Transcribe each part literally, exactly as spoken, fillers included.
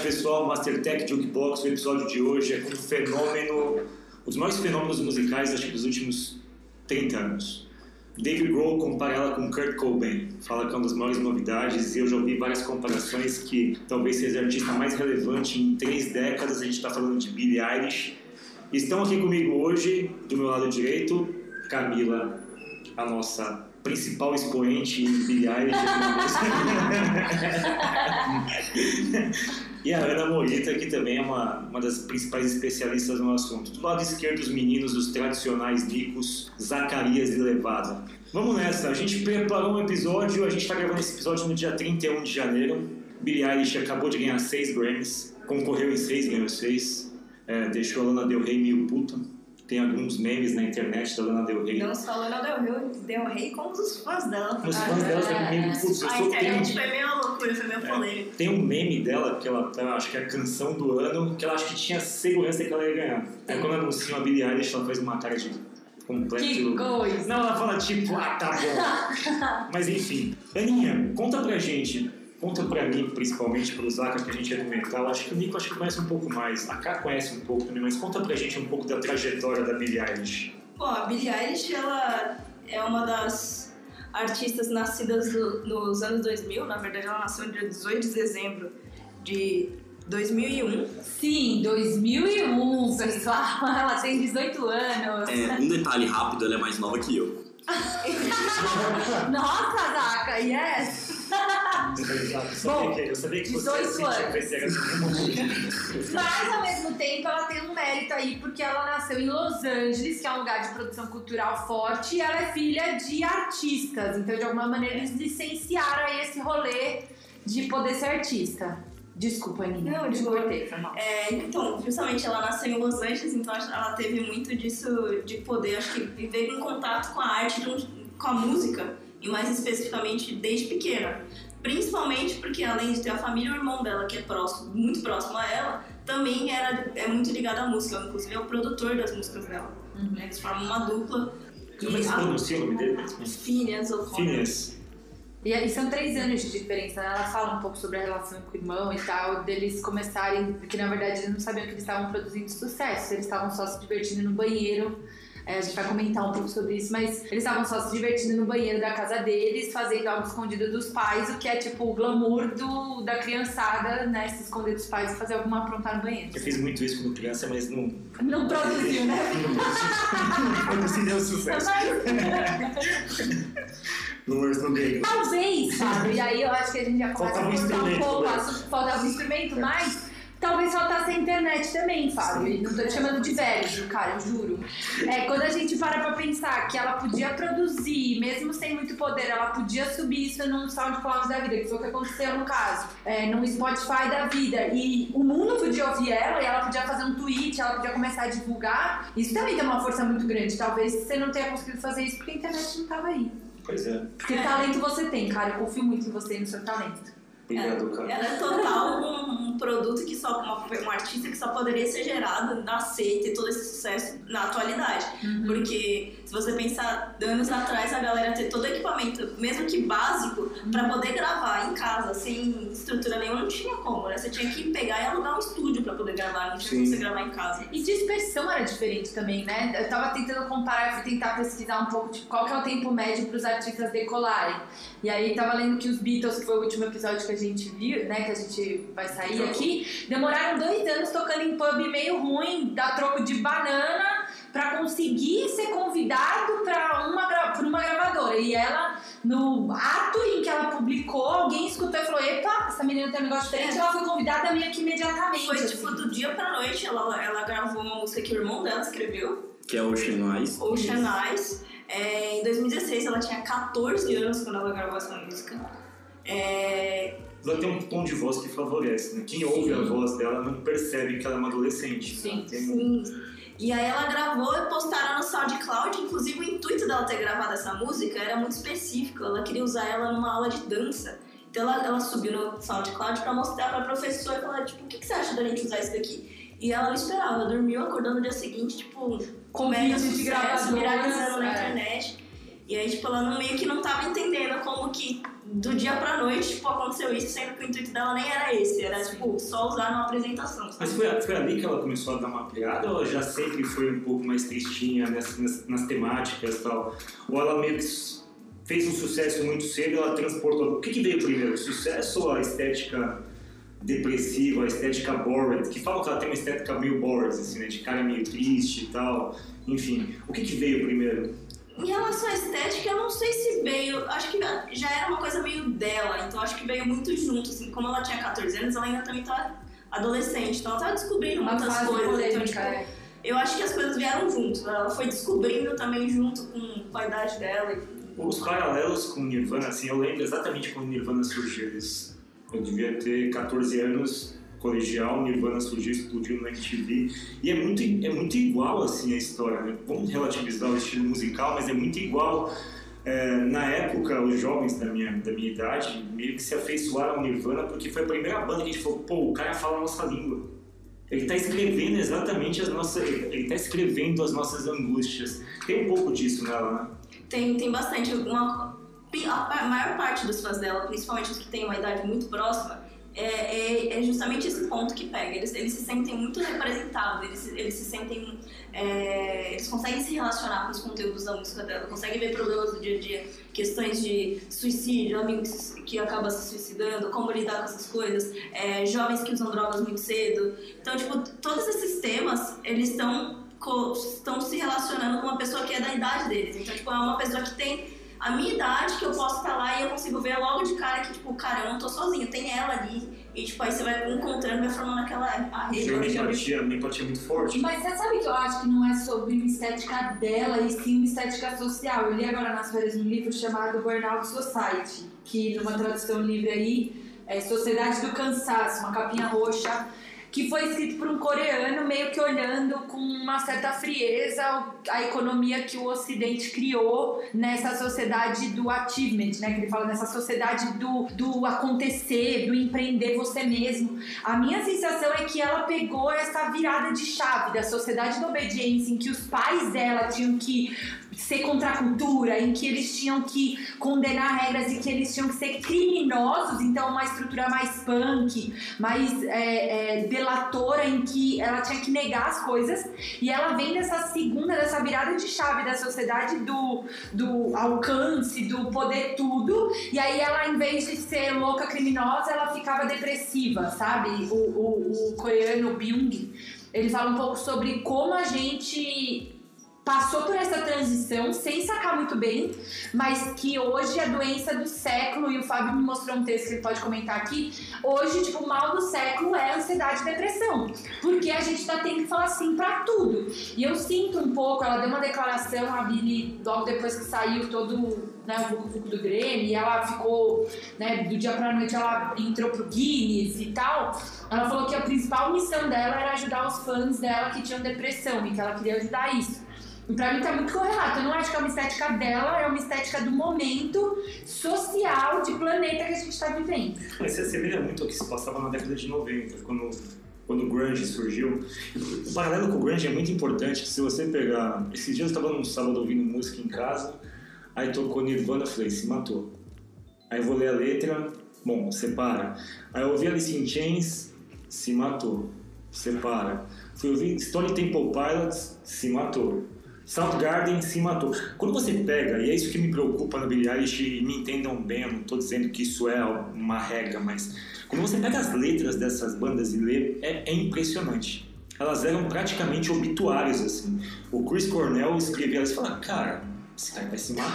pessoal, Mastertech Jukebox, o episódio de hoje é com um fenômeno, os maiores fenômenos musicais, acho que dos últimos trinta anos. Dave Grohl compara ela com Kurt Cobain, fala que é uma das maiores novidades, e eu já ouvi várias comparações que talvez seja a artista mais relevante em três décadas. A gente está falando de Billie Eilish. Estão aqui comigo hoje, do meu lado direito, Camila, a nossa principal expoente em Billie Eilish. E a Ana Morita, que também é uma, uma das principais especialistas no assunto. Do lado esquerdo, os meninos, os tradicionais Nicos, Zacarias e Levada. Vamos nessa, a gente preparou um episódio, a gente está gravando esse episódio no dia trinta e um de janeiro. Billie Eilish acabou de ganhar seis Grammys, concorreu em seis, ganhou seis. É, deixou a Lana Del Rey meio puta. Tem alguns memes na internet da Lana Del Rey. Não só a Lana Del Rey, Del Rey como os fãs dela. Os fãs ah, dela estão meio putos. A internet foi meio loucura, foi meio polêmica. É, tem um meme dela, que ela acho que é a canção do ano, que ela acho que tinha segurança que ela ia ganhar. Aí quando anunciam a Billie Eilish, ela faz uma cara de completo... Que coisa! Não, ela fala tipo, ah, tá bom. Mas enfim. Aninha, conta pra gente... Conta pra mim, principalmente pro Zaca, que a gente é do metal. Acho que o Nico acho que conhece um pouco mais. A Ká conhece um pouco também, mas conta pra gente um pouco da trajetória da Billie Eilish. Bom, a Billie Eilish, ela é uma das artistas nascidas do, nos anos dois mil. Na verdade, ela nasceu no dia dezoito de dezembro de dois mil e um. Sim, dois mil e um, pessoal. Ela tem dezoito anos. É, um detalhe rápido, ela é mais nova que eu. Nossa, Zaca, yes! Eu sabia, Bom, que, eu sabia que você dezoito anos. Mas ao mesmo tempo ela tem um mérito aí, porque ela nasceu em Los Angeles, que é um lugar de produção cultural forte, e ela é filha de artistas, então de alguma maneira eles licenciaram aí esse rolê de poder ser artista. Desculpa, Aninha. Não, te cortei, foi mal. É, então, justamente ela nasceu em Los Angeles, então ela teve muito disso de poder, acho que viver em contato com a arte, com a música, e mais especificamente desde pequena. Principalmente porque, além de ter a família, o irmão dela, que é próximo, muito próximo a ela, também era, é muito ligado à música, inclusive é o produtor das músicas dela. Uhum. Eles formam uma dupla. Como é que se pronuncia o nome dele? Phineas O'Connor. Phineas. E, e são três anos de diferença, né? Ela fala um pouco sobre a relação com o irmão e tal, deles começarem, porque na verdade eles não sabiam que eles estavam produzindo sucesso, eles estavam só se divertindo no banheiro. É, a gente vai comentar um pouco sobre isso, mas eles estavam só se divertindo no banheiro da casa deles, fazendo algo escondido dos pais, o que é tipo o glamour do, da criançada, né? Se esconder dos pais e fazer alguma aprontar no banheiro. Eu fiz muito isso quando criança, mas não... Não produziu, né? Não produziu, deu sucesso. Não responde. Talvez, sabe? E aí eu acho que a gente já começa Faltava a um cortar um pouco, instrumento, faltava um instrumento, mas... Talvez faltasse a internet também, Fábio. Não tô te chamando de velho, viu, cara, eu juro. É, quando a gente para pra pensar que ela podia produzir, mesmo sem muito poder, ela podia subir isso num SoundCloud da vida, que foi o que aconteceu no caso, é, num Spotify da vida, e o mundo podia ouvir ela, e ela podia fazer um tweet, ela podia começar a divulgar. Isso também tem uma força muito grande. Talvez você não tenha conseguido fazer isso porque a internet não tava aí. Pois é. Porque talento você tem, cara. Eu confio muito em você e no seu talento. Obrigado, cara. Ela é total um, um produto que só, uma, um artista que só poderia ser gerado, nascer e ter todo esse sucesso na atualidade. Uhum. Porque se você pensar, anos atrás a galera ter todo o equipamento, mesmo que básico, uhum. pra poder gravar em casa, sem estrutura nenhuma, não tinha como, né? Você tinha que pegar e alugar um estúdio pra poder gravar, não tinha como você gravar em casa. E dispersão era diferente também, né? Eu tava tentando comparar, eu fui tentar pesquisar um pouco, tipo, qual que é o tempo médio pros artistas decolarem. E aí tava lendo que os Beatles, que foi o último episódio que a gente viu, né, que a gente vai sair aqui, demoraram dois anos tocando em pub meio ruim, dá troco de banana, pra conseguir ser convidado pra uma, pra uma gravadora. E ela, no ato em que ela publicou, alguém escutou e falou: epa, essa menina tem um negócio diferente, é. Ela foi convidada meio que imediatamente. Foi assim. Tipo do dia pra noite, ela, ela gravou uma música que o irmão dela escreveu, que é Ocean Eyes. Ocean Eyes. É, em dois mil e dezesseis ela tinha catorze anos quando ela gravou essa música. É... Ela tem um tom de voz que favorece, né? Quem ouve Sim. a voz dela não percebe que ela é uma adolescente. Sim, né? Sim. E aí ela gravou e postaram no SoundCloud. Inclusive o intuito dela ter gravado essa música era muito específico. Ela queria usar ela numa aula de dança. Então ela, ela subiu no SoundCloud pra mostrar pra professora e falar, tipo, o que, que você acha da gente usar isso daqui? E ela não esperava, ela dormiu, acordou no dia seguinte, tipo, com vídeo de gravadoras, viralizando na é. internet. E aí, tipo, ela não, meio que não tava entendendo como que do dia pra noite, tipo, aconteceu isso, sendo que o intuito dela nem era esse, era, tipo, só usar numa apresentação. Sabe? Mas foi, foi ali que ela começou a dar uma pegada ou ela já sempre foi um pouco mais tristinha nessas, nas, nas temáticas e tal? Ou ela meio que fez um sucesso muito cedo e ela transportou... O que, que veio primeiro, o sucesso ou a estética depressiva, a estética bored? Que falam que ela tem uma estética meio bored, assim, né? De cara meio triste e tal. Enfim, o que, que veio primeiro? Em relação à estética, eu não sei se veio... Acho que já era uma coisa meio dela, então acho que veio muito junto, assim. Como ela tinha catorze anos, ela ainda também tá adolescente, então ela tava descobrindo uma muitas fase coisas. polêmica, Então, tipo, é. eu acho que as coisas vieram junto. Ela foi descobrindo também junto com, com a idade dela. Os paralelos com o Nirvana, assim, eu lembro exatamente quando o Nirvana surgiu. Eu devia ter catorze anos, colegial, Nirvana surgiu, explodiu no M T V. E é muito, é muito igual, assim, a história, né? Vamos relativizar o estilo musical, mas é muito igual. É, na época, os jovens da minha, da minha idade meio que se afeiçoaram ao Nirvana porque foi a primeira banda que a gente falou, pô, o cara fala a nossa língua. Ele está escrevendo exatamente as nossas... Ele está escrevendo as nossas angústias. Tem um pouco disso nela, né? Tem, tem bastante. Uma, a maior parte dos fãs dela, principalmente os que têm uma idade muito próxima, é, é, é justamente esse ponto que pega. Eles, eles se sentem muito representados, eles, eles se sentem... É, eles conseguem se relacionar com os conteúdos da música dela, conseguem ver problemas do dia a dia, questões de suicídio, amigos que acabam se suicidando, como lidar com essas coisas, é, jovens que usam drogas muito cedo. Então, tipo, todos esses temas, eles estão estão se relacionando com uma pessoa que é da idade deles. Então, tipo, é uma pessoa que tem a minha idade, que eu posso estar lá e eu consigo ver logo de cara que, tipo, cara, eu não tô sozinho, tem ela ali. E, tipo, aí você vai encontrando, vai formando aquela a rede. Uma empatia, uma empatia muito forte. Mas você sabe que eu acho que não é sobre uma estética dela, e sim uma estética social. Eu li agora nas férias um livro chamado Burnout Society, que numa tradução livre aí, é Sociedade do Cansaço, uma capinha roxa, que foi escrito por um coreano meio que olhando com uma certa frieza a economia que o Ocidente criou nessa sociedade do achievement, né? Que ele fala nessa sociedade do, do acontecer, do empreender você mesmo. A minha sensação é que ela pegou essa virada de chave da sociedade da obediência, em que os pais dela tinham que ser contra a cultura, em que eles tinham que condenar regras e que eles tinham que ser criminosos, então uma estrutura mais punk, mais é, é, delatora, em que ela tinha que negar as coisas, e ela vem dessa segunda, dessa virada de chave da sociedade do, do alcance, do poder tudo, e aí ela, em vez de ser louca criminosa, ela ficava depressiva, sabe? O, o, o coreano Byung, ele fala um pouco sobre como a gente passou por essa transição sem sacar muito bem, mas que hoje a doença do século, e o Fábio me mostrou um texto que ele pode comentar aqui, hoje, tipo, o mal do século é ansiedade e depressão, porque a gente tá tendo que falar sim pra tudo. E eu sinto um pouco, ela deu uma declaração, a Billie, logo depois que saiu todo, né, o vucu-vucu do Grêmio, e ela ficou, né, do dia pra noite ela entrou pro Guinness e tal, ela falou que a principal missão dela era ajudar os fãs dela que tinham depressão, e que ela queria ajudar isso. E pra mim tá muito correto. Eu não acho que é uma estética dela, é uma estética do momento social, de planeta que a gente tá vivendo. Mas se assemelha muito ao que se passava na década de noventa, quando, quando o grunge surgiu. O paralelo com o grunge é muito importante, que se você pegar... Esses dias eu estava num sábado ouvindo música em casa, aí tocou Nirvana, eu falei, se matou. Aí eu vou ler a letra, bom, separa. Aí eu ouvi Alice in Chains, se matou, separa. Fui ouvir Stone Temple Pilots, se matou. Soundgarden se matou. Quando você pega, e é isso que me preocupa na Billie Eilish, e me entendam bem, eu não estou dizendo que isso é uma regra, mas quando você pega as letras dessas bandas e lê, é, é impressionante. Elas eram praticamente obituários, assim. O Chris Cornell escrevia elas e falava, cara, esse cara vai se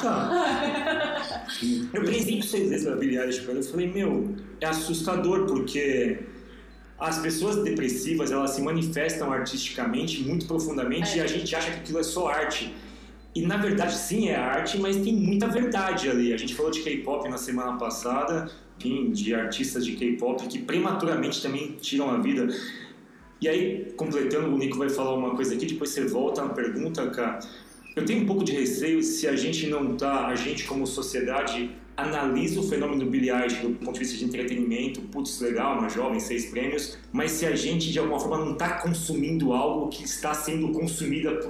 matar. Eu pensei seis vezes na Billie Eilish, eu falei, meu, é assustador, porque as pessoas depressivas, elas se manifestam artisticamente muito profundamente, é. E a gente acha que aquilo é só arte. E na verdade sim é arte, mas tem muita verdade ali. A gente falou de K-pop na semana passada, enfim, de artistas de K-pop que prematuramente também tiram a vida. E aí, completando, o Nico vai falar uma coisa aqui, depois você volta na pergunta, cara. Eu tenho um pouco de receio se a gente não tá, a gente como sociedade analisa o fenômeno Billie Eilish do ponto de vista de entretenimento, putz, legal, uma jovem, seis prêmios, mas se a gente de alguma forma não está consumindo algo que está sendo consumida por,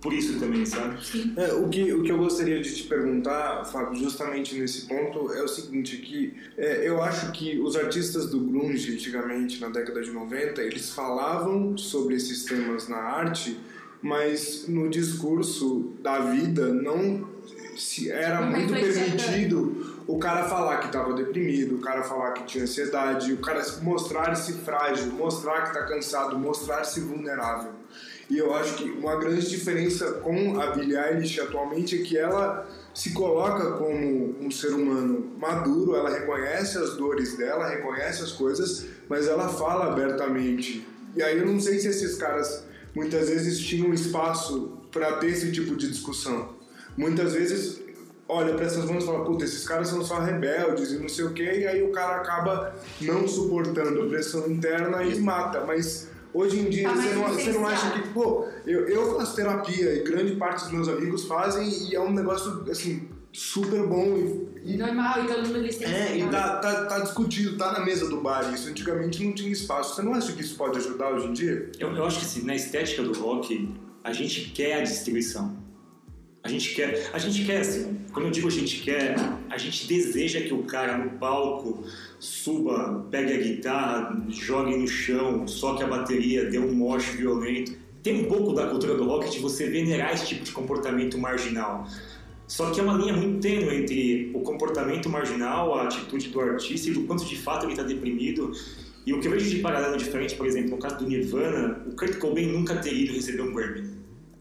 por isso também, sabe? É, o, que, o que eu gostaria de te perguntar, Fábio, justamente nesse ponto, é o seguinte, que é, eu acho que os artistas do grunge, antigamente, na década de noventa, eles falavam sobre esses temas na arte, mas no discurso da vida não se era Não muito refletia permitido o cara falar que estava deprimido, o cara falar que tinha ansiedade, o cara mostrar-se frágil, mostrar que está cansado, mostrar-se vulnerável. E eu acho que uma grande diferença com a Billie Eilish atualmente é que ela se coloca como um ser humano maduro, ela reconhece as dores dela, reconhece as coisas, mas ela fala abertamente. E aí eu não sei se esses caras muitas vezes tinham espaço para ter esse tipo de discussão. Muitas vezes olha para essas bandas e fala, puta, esses caras são só rebeldes e não sei o que, e aí o cara acaba não suportando a pressão interna e mata. Mas hoje em dia, tá você, não, você não acha que, pô, eu, eu faço terapia e grande parte dos meus amigos fazem e é um negócio, assim, super bom e... e normal, e todo mundo licenciado. É, e tá, tá, tá discutido, tá na mesa do bar, isso antigamente não tinha espaço. Você não acha que isso pode ajudar hoje em dia? Eu, eu acho que assim, na estética do rock, a gente quer a distribuição. A gente quer, a gente quer assim, quando eu digo a gente quer, a gente deseja que o cara no palco suba, pegue a guitarra, jogue no chão, soque a bateria, dê um mosh violento. Tem um pouco da cultura do rock de você venerar esse tipo de comportamento marginal. Só que é uma linha muito tênue entre o comportamento marginal, a atitude do artista e do quanto de fato ele está deprimido. E o que eu vejo de paralelo diferente, por exemplo, no caso do Nirvana, o Kurt Cobain nunca teria ido receber um Grammy.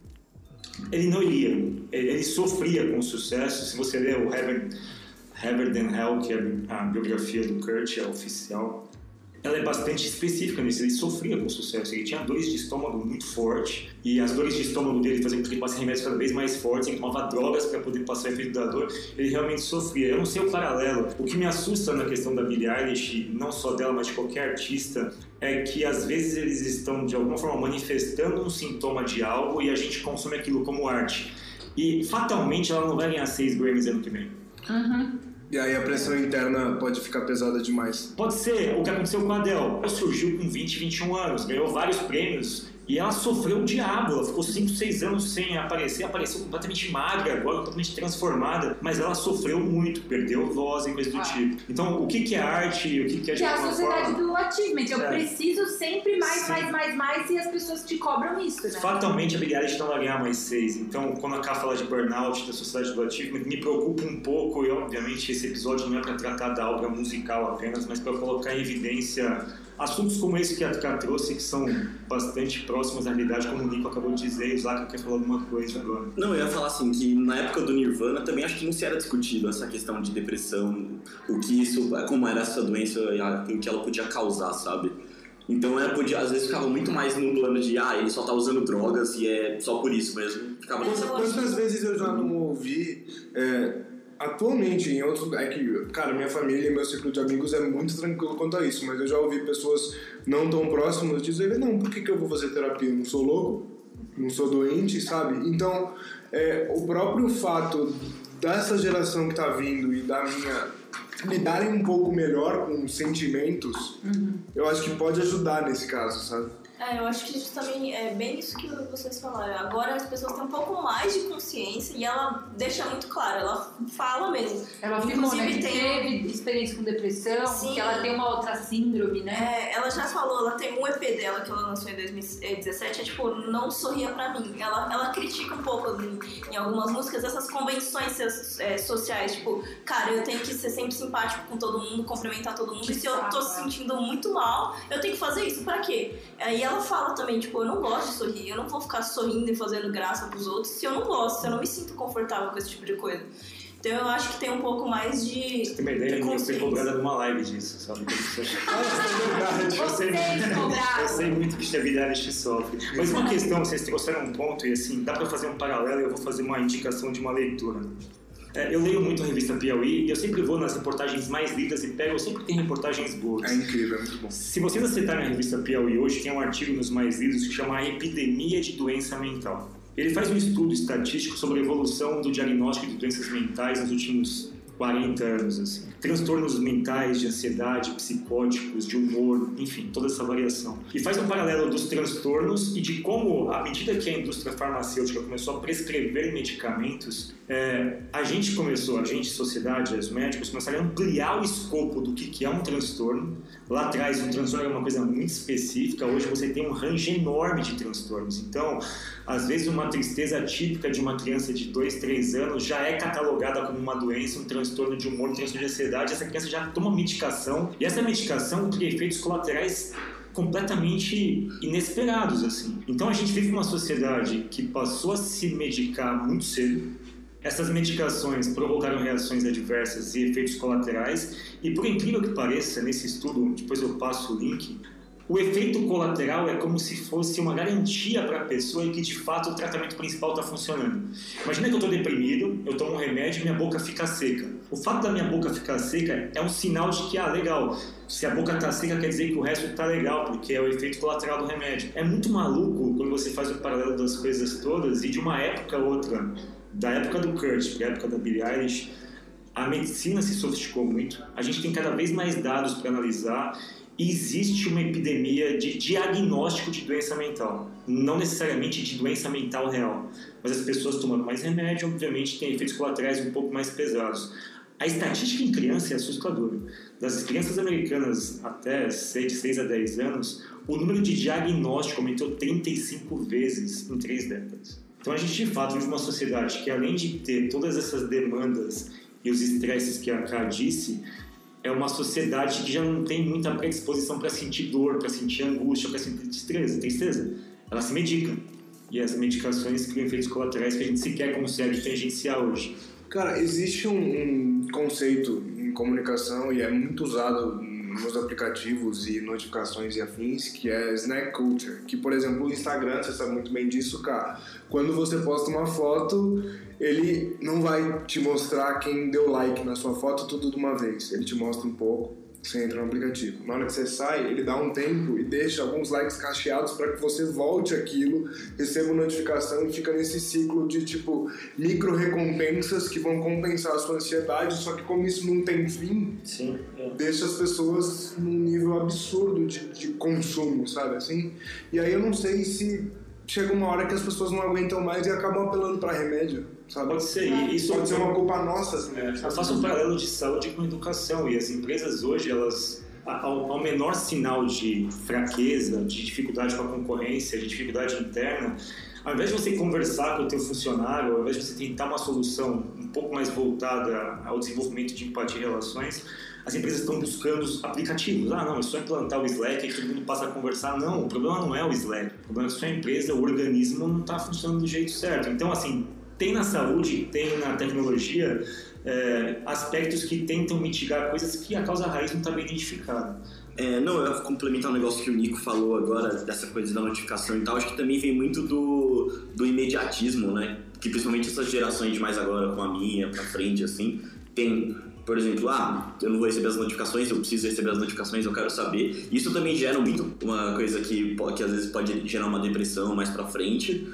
Ele não iria, ele sofria com o sucesso. Se você ler o Heaven, Heaven than Hell, que é a biografia do Kurt, é oficial, ela é bastante específica nisso. Ele sofria com o sucesso, ele tinha dores de estômago muito fortes, e as dores de estômago dele faziam com que ele passasse remédios cada vez mais fortes, ele tomava drogas para poder passar o efeito da dor, ele realmente sofria. Eu não sei o paralelo. O que me assusta na questão da Billie Eilish, não só dela, mas de qualquer artista, é que às vezes eles estão de alguma forma manifestando um sintoma de algo e a gente consome aquilo como arte. E fatalmente ela não vai ganhar seis Grammys ano que vem. Uhum. E aí a pressão interna pode ficar pesada demais. Pode ser o que aconteceu com a Adele. Ela surgiu com vinte, vinte e um anos, ganhou vários prêmios e ela sofreu o diabo. Ela ficou cinco, seis anos sem aparecer, apareceu completamente magra, agora completamente transformada, mas ela sofreu muito, perdeu voz e coisa do ah. tipo. Então, o que, que é arte? O que, que é de Que é a sociedade forma? do achievement. Eu é. preciso sempre mais, Sim. mais, mais, mais e as pessoas te cobram isso, né? Fatalmente a Billie Eilish não vai ganhar mais seis. Então, quando a Ká fala de burnout, da sociedade do achievement, me preocupa um pouco e, obviamente, esse episódio não é para tratar da obra musical apenas, mas para colocar em evidência assuntos como esse que a Ká trouxe, que são bastante próximos da realidade, como o Nico acabou de dizer, e o Zaca quer falar alguma coisa agora. Não, eu ia falar assim, que na época do Nirvana também acho que não se era discutido essa questão de depressão, o que isso, como era essa doença e o que ela podia causar, sabe? Então ela podia, às vezes ficava muito mais no plano de, ah, ele só tá usando drogas e é só por isso mesmo. Ficava nessa... Quantas vezes eu já não ouvi... É... Atualmente, em outros... É que, cara, minha família e meu ciclo de amigos é muito tranquilo quanto a isso, mas eu já ouvi pessoas não tão próximas dizerem, não, por que, que eu vou fazer terapia? Eu não sou louco? Não sou doente, sabe? Então, é, o próprio fato dessa geração que tá vindo e da minha... lidarem um pouco melhor com sentimentos, uhum. eu acho que pode ajudar nesse caso, sabe? É, eu acho que isso também é bem isso que vocês falaram. Agora as pessoas têm um pouco mais de consciência e ela deixa muito claro, ela fala mesmo. Ela afirmou, né, que teve experiência com depressão, Sim. que ela tem uma outra síndrome, né? É, ela já falou, ela tem um E P dela que ela lançou em dois mil e dezessete, é tipo, não sorria pra mim. Ela, ela critica um pouco em, em algumas músicas essas convenções é, sociais, tipo, cara, eu tenho que ser sempre simpático com todo mundo, cumprimentar todo mundo, que e se eu tô se sentindo muito mal, eu tenho que fazer isso, pra quê? Aí ela fala também, tipo, eu não gosto de sorrir, eu não vou ficar sorrindo e fazendo graça pros outros se eu não gosto, se eu não me sinto confortável com esse tipo de coisa. Então eu acho que tem um pouco mais de. Você tem uma ideia, eu fui cobrada numa live disso, sabe? Eu sei, eu sei muito que a Billie Eilish sofre. Mas uma questão, vocês trouxeram um ponto, e assim, dá pra fazer um paralelo e eu vou fazer uma indicação de uma leitura. É, eu leio muito a revista Piauí e eu sempre vou nas reportagens mais lidas e pego, sempre tem reportagens boas. É incrível, é muito bom. Se vocês acessarem a revista Piauí hoje, tem um artigo nos mais lidos que chama A Epidemia de Doença Mental. Ele faz um estudo estatístico sobre a evolução do diagnóstico de doenças mentais nos últimos quarenta anos, assim. Transtornos mentais, de ansiedade, psicóticos, de humor, enfim, toda essa variação. E faz um paralelo dos transtornos e de como, à medida que a indústria farmacêutica começou a prescrever medicamentos, é, a gente começou, a gente, sociedade, os médicos, começaram a ampliar o escopo do que, que é um transtorno. Lá atrás, um transtorno era uma coisa muito específica, hoje você tem um range enorme de transtornos. Então, às vezes, uma tristeza típica de uma criança de dois, três anos já é catalogada como uma doença, um transtorno de humor, um transtorno de ansiedade. Essa criança já toma medicação e essa medicação cria efeitos colaterais completamente inesperados, assim. Então, a gente vive uma sociedade que passou a se medicar muito cedo. Essas medicações provocaram reações adversas e efeitos colaterais. E, por incrível que pareça, nesse estudo, depois eu passo o link, o efeito colateral é como se fosse uma garantia para a pessoa e que, de fato, o tratamento principal está funcionando. Imagina que eu estou deprimido, eu tomo um remédio e minha boca fica seca. O fato da minha boca ficar seca é um sinal de que, ah, legal, se a boca está seca quer dizer que o resto está legal, porque é o efeito colateral do remédio. É muito maluco quando você faz o paralelo das coisas todas e de uma época a outra, da época do Kurt para a época da Billie Eilish, a medicina se sofisticou muito, a gente tem cada vez mais dados para analisar e existe uma epidemia de diagnóstico de doença mental, não necessariamente de doença mental real, mas as pessoas tomando mais remédio, obviamente, têm efeitos colaterais um pouco mais pesados. A estatística em criança é assustadora. Das crianças americanas até de seis a dez anos, o número de diagnóstico aumentou trinta e cinco vezes em três décadas. Então a gente, de fato, vive uma sociedade que, além de ter todas essas demandas e os estresses que a Ká disse, é uma sociedade que já não tem muita predisposição para sentir dor, para sentir angústia, para sentir tristeza, tristeza. Ela se medica. E as medicações criam efeitos colaterais que a gente sequer consegue tangenciar hoje. Cara, existe um, um conceito em comunicação e é muito usado nos aplicativos e notificações e afins, que é snack culture, que, por exemplo, o Instagram, você sabe muito bem disso, cara. Quando você posta uma foto, ele não vai te mostrar quem deu like na sua foto tudo de uma vez, ele te mostra um pouco, você entra no aplicativo. Na hora que você sai, ele dá um tempo e deixa alguns likes cacheados para que você volte aquilo, receba uma notificação e fica nesse ciclo de, tipo, micro recompensas que vão compensar a sua ansiedade, só que como isso não tem fim, Sim, é. deixa as pessoas num nível absurdo de, de consumo, sabe assim? E aí eu não sei se chega uma hora que as pessoas não aguentam mais e acabam apelando para remédio, sabe? Pode ser. E isso Pode ser uma culpa nossa, assim. É, eu faço um paralelo de saúde com educação, e as empresas hoje, elas, ao, ao menor sinal de fraqueza, de dificuldade com a concorrência, de dificuldade interna, ao invés de você conversar com o teu funcionário, ao invés de você tentar uma solução um pouco mais voltada ao desenvolvimento de empatia e relações, as empresas estão buscando aplicativos. Ah, não, é só implantar o Slack e todo mundo passa a conversar. Não, o problema não é o Slack. O problema é que a sua empresa, o organismo, não está funcionando do jeito certo. Então, assim, tem na saúde, tem na tecnologia é, aspectos que tentam mitigar coisas que a causa raiz não está bem identificada. É, não, eu ia complementar um negócio que o Nico falou agora, dessa coisa da notificação e tal, acho que também vem muito do, do imediatismo, né? Que principalmente essas gerações de mais agora, com a minha, pra frente, assim, tem, por exemplo, ah, eu não vou receber as notificações, eu preciso receber as notificações, eu quero saber. Isso também gera muito uma coisa que, que às vezes pode gerar uma depressão mais pra frente.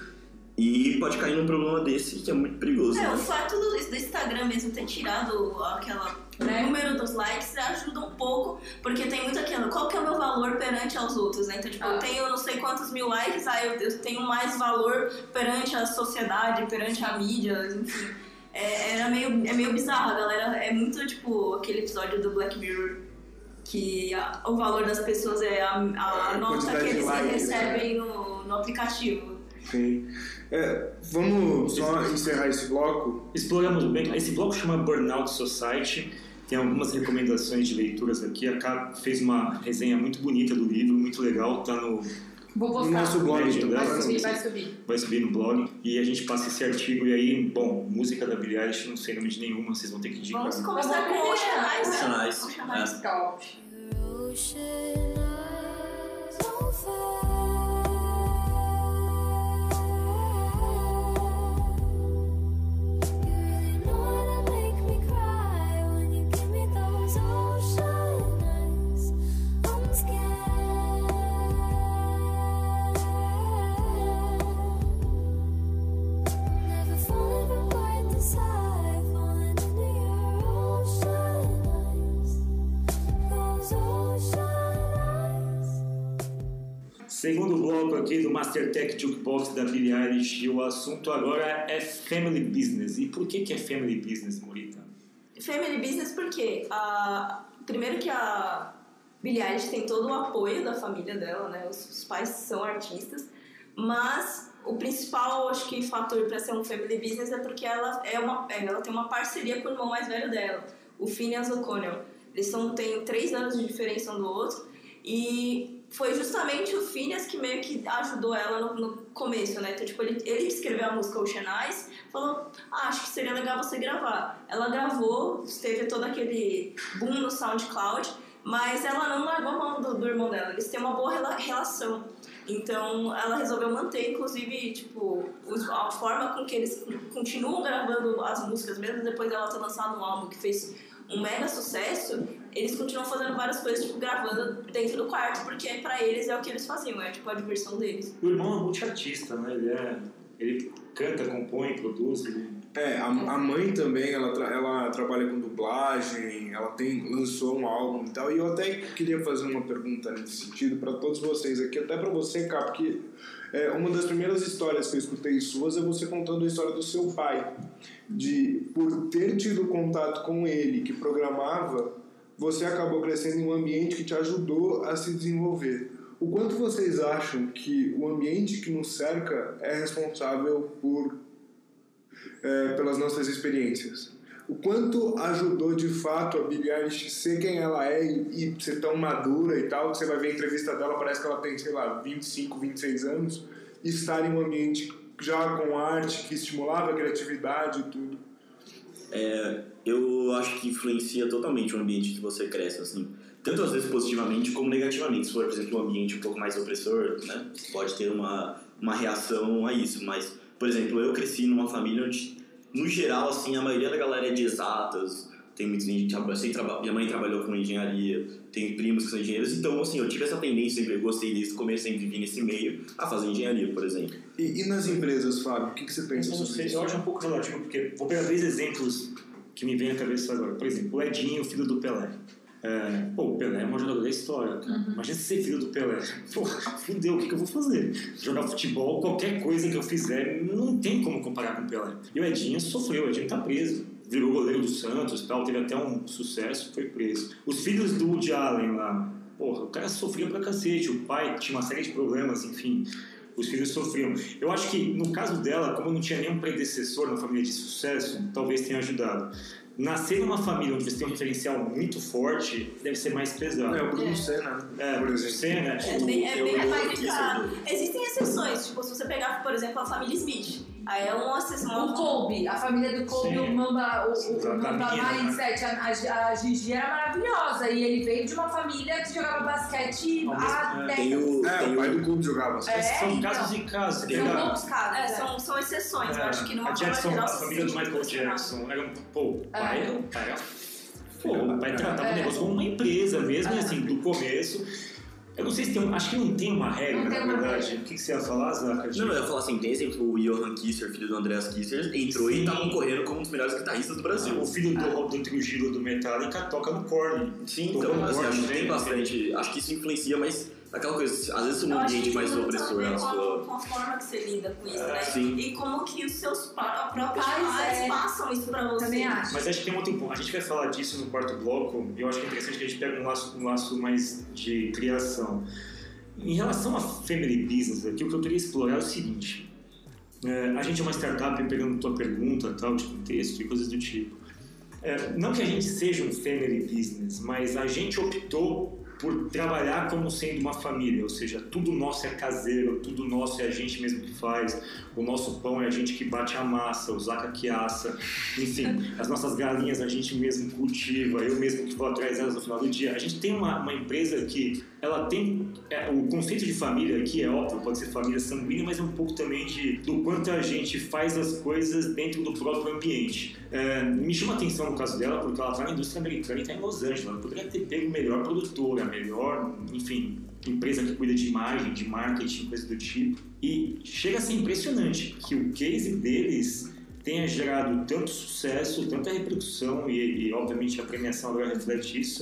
E pode cair num problema desse que é muito perigoso. É, né? o fato do, do Instagram mesmo ter tirado aquela, né, o número dos likes ajuda um pouco, porque tem muito aquilo, qual que é o meu valor perante aos outros, né? Então, tipo, ah. eu tenho não sei quantos mil likes, aí eu, eu tenho mais valor perante a sociedade, perante a mídia, enfim. É, era meio, é meio bizarro, a galera. É muito, tipo, aquele episódio do Black Mirror, que a, o valor das pessoas é a, a, a nota que eles likes, recebem né? no, no aplicativo. Sim. É, vamos só encerrar esse bloco. Exploramos bem. Esse bloco chama Burnout Society. Tem algumas recomendações de leituras aqui. A Ká fez uma resenha muito bonita do livro, muito legal. Tá no, Vou postar. no nosso blog. Vai, Então, vai subir, vai subir. Vai subir no blog. E a gente passa esse artigo. E aí, bom, música da Billie Eilish, não sei nome de nenhuma, vocês vão ter que indicar. Vamos começar com o Ocean Eyes. Ocean Eyes. Ocean Eyes. Top. Falling from right to side, falling into your own. Segundo bloco aqui do Mastertech Jukebox da Billie Eilish, e o assunto agora é Family Business. E por que que é Family Business, Morita? Family Business porque, a, primeiro que a Billie Eilish tem todo o apoio da família dela, né? Os, os pais são artistas, mas o principal, acho que, fator para ser um Family Business é porque ela, é uma, ela tem uma parceria com o irmão mais velho dela, o Finneas O'Connell. Eles são, têm três anos de diferença um do outro, e foi justamente o Finneas que meio que ajudou ela no, no começo, né? Então, tipo, ele, ele escreveu a música Ocean Eyes, falou, ah, acho que seria legal você gravar. Ela gravou, teve todo aquele boom no SoundCloud, mas ela não largou a mão do, do irmão dela, eles têm uma boa rela- relação. Então, ela resolveu manter, inclusive, tipo, os, a forma com que eles continuam gravando as músicas, mesmo depois dela ter lançado um álbum que fez um mega sucesso, eles continuam fazendo várias coisas, tipo, gravando dentro do quarto, porque pra eles é o que eles faziam, é tipo a diversão deles. O irmão é multiartista, né? Ele, é, ele canta, compõe, produz. Ele... É, a, a mãe também, ela, tra- ela trabalha com dublagem, ela tem, lançou um álbum e tal, e eu até queria fazer uma pergunta nesse sentido pra todos vocês aqui, até pra você, Cá, porque é, uma das primeiras histórias que eu escutei suas é você contando a história do seu pai, de por ter tido contato com ele, que programava, você acabou crescendo em um ambiente que te ajudou a se desenvolver. O quanto vocês acham que o ambiente que nos cerca é responsável por, é, pelas nossas experiências? O quanto ajudou de fato a Billie Eilish ser quem ela é e, e ser tão madura e tal, que você vai ver a entrevista dela, parece que ela tem, sei lá, vinte e cinco, vinte e seis anos, e estar em um ambiente já com arte que estimulava a criatividade e tudo. É, eu acho que influencia totalmente o ambiente que você cresce, assim. Tanto às vezes positivamente como negativamente. Se for, por exemplo, um ambiente um pouco mais opressor, né, você pode ter uma, uma reação a isso. Mas, por exemplo, eu cresci numa família onde, no geral, assim, a maioria da galera é de exatas. Tem muitos engenheiros, minha mãe trabalhou com engenharia, tenho primos que são engenheiros. Então, assim, eu tive essa tendência, sempre eu gostei desde o começo, sempre vim nesse meio, a fazer engenharia, por exemplo. E, e nas empresas, Fábio, o que, que você pensa Eu não sobre sei, isso? eu acho um pouco relativo, porque vou pegar dois exemplos que me vêm à cabeça agora. Por exemplo, o Edinho, filho do Pelé. É, pô, o Pelé é um jogador da história, cara. Uhum. Imagina ser filho do Pelé. Pô, fudeu, o que, que eu vou fazer? Jogar futebol, qualquer coisa que eu fizer, não tem como comparar com o Pelé. E o Edinho sofreu, o Edinho tá preso. Virou goleiro do Santos e tal, teve até um sucesso, foi preso. Os filhos do Woody Allen lá, porra, o cara sofria pra cacete, o pai tinha uma série de problemas, enfim, os filhos sofriam. Eu acho que, no caso dela, como não tinha nenhum predecessor na família de sucesso, talvez tenha ajudado. Nascer numa família onde você tem um referencial muito forte deve ser mais pesado. É, o Bruno Senna, é, por exemplo. Senna, é bem, é bem eu, mais complicado. Existem exceções, tipo, se você pegar, por exemplo, a família Smith, aí é uma exceção. O Colby, a família do Colby, o Mamba, o, o Mamba Mindset, a, a, a Gigi era maravilhosa, e ele veio de uma família que jogava basquete há décadas. Tem o, é, tem o pai do clube jogava basquete. É, são então, casos e casos. São Tem poucos casos. É, são, são exceções, é, eu acho que numa a Jackson, geral, a família do Michael Jackson, era um, pô, o pai, é. o pai era... Pô, o pai tratava o é. negócio como uma empresa mesmo, é. assim, do começo. Eu não sei se tem um, acho que não tem uma regra, Não tem na uma verdade. regra. O que, que você ia falar, Zaca? Não, eu ia falar assim, tem exemplo, o Johan Kisser, filho do Andreas Kisser, entrou Sim. e tá concorrendo como um dos melhores guitarristas do Brasil. O filho do, do Trujillo do Metallica toca no Korn. Sim, Tocou então, no assim, Korn, acho que né? tem bastante, acho que isso influencia, mas aquela coisa, às vezes um ambiente mais opressor na com, sua... com a forma que você lida com isso, É, né? sim. E como que os seus pa- próprios Pais, pais é. passam isso pra você. Também acho. Mas acho que tem um outro ponto. A gente vai falar disso no quarto bloco, e eu acho que é interessante que a gente pegue um laço, um laço mais de criação. Em relação a family business, aqui, o que eu queria explorar é o seguinte. É, a gente é uma startup, pegando tua pergunta, tal, de contexto e coisas do tipo. É, não que a gente seja um family business, mas a gente optou por trabalhar como sendo uma família, ou seja, tudo nosso é caseiro, tudo nosso é a gente mesmo que faz, o nosso pão é a gente que bate a massa, o Zaca que assa, enfim, as nossas galinhas a gente mesmo cultiva, eu mesmo que vou atrás delas no final do dia. A gente tem uma, uma empresa que ela tem, é, o conceito de família aqui é óbvio, pode ser família sanguínea, mas é um pouco também de, do quanto a gente faz as coisas dentro do próprio ambiente. É, me chama a atenção no caso dela, porque ela está na indústria americana e está em Los Angeles, ela poderia ter pego melhor produtora, melhor, enfim, empresa que cuida de imagem, de marketing, coisa do tipo. E chega a ser impressionante que o case deles tenha gerado tanto sucesso, tanta repercussão e, e obviamente a premiação agora reflete isso,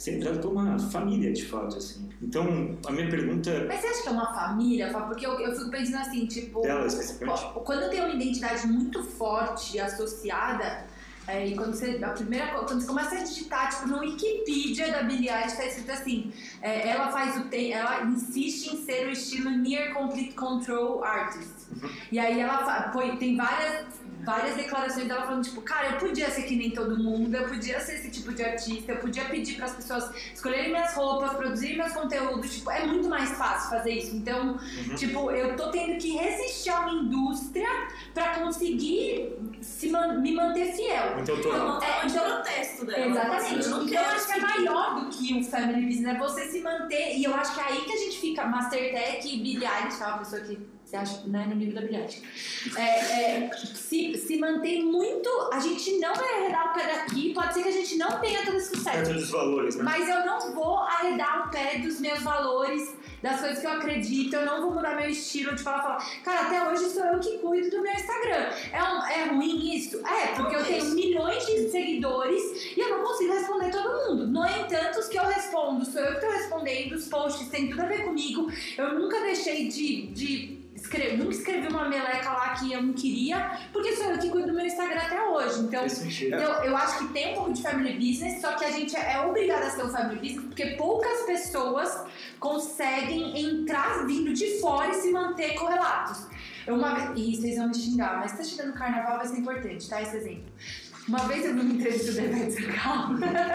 celebrado por uma família, de fato, assim. Então, a minha pergunta... Mas você acha que é uma família? Porque eu, eu fico pensando assim, tipo... Dela, especificamente? Quando tem uma identidade muito forte associada, é, e quando você, a primeira, quando você começa a digitar, tipo, no Wikipedia da Billie Eilish, tá escrito assim, é, ela faz o te, ela insiste em ser o estilo Near Complete Control Artist. Uhum. E aí ela foi, tem várias... várias declarações dela falando, tipo, cara, eu podia ser que nem todo mundo, eu podia ser esse tipo de artista, eu podia pedir para as pessoas escolherem minhas roupas, produzirem meus conteúdos, tipo, é muito mais fácil fazer isso. Então, uhum. tipo, eu tô tendo que resistir a uma indústria para conseguir se man- me manter fiel. Então, tô... então, é, então, protesto dela. Exatamente. Então, eu acho que é maior do que o family business, é você se manter, e eu acho que é aí que a gente fica, Mastertech e Billie Eilish, que é uma pessoa que você acha, né, no nível da Billie Eilish. É, é, se, se mantém muito. A gente não vai arredar o pé daqui. Pode ser que a gente não tenha todo esse sucesso. É dos valores, né? Mas eu não vou arredar o pé dos meus valores, das coisas que eu acredito. Eu não vou mudar meu estilo de falar, falar. Cara, até hoje sou eu que cuido do meu Instagram. É, um, é ruim isso? É, porque eu tenho milhões de seguidores e eu não consigo responder todo mundo. No entanto, os que eu respondo, sou eu que estou respondendo. Os posts têm tudo a ver comigo. Eu nunca deixei de. de Escrevi, nunca escrevi uma meleca lá que eu não queria, porque sou eu que cuido do meu Instagram até hoje. Então, eu, eu acho que tem um pouco de family business, só que a gente é obrigada a ser um family business, porque poucas pessoas conseguem entrar vindo de fora e se manter correlatos. Eu uma vez, e vocês vão me xingar, mas tá chegando o carnaval, vai ser importante, tá? Esse exemplo. Uma vez eu vi uma entrevista da Ivete Sangalo.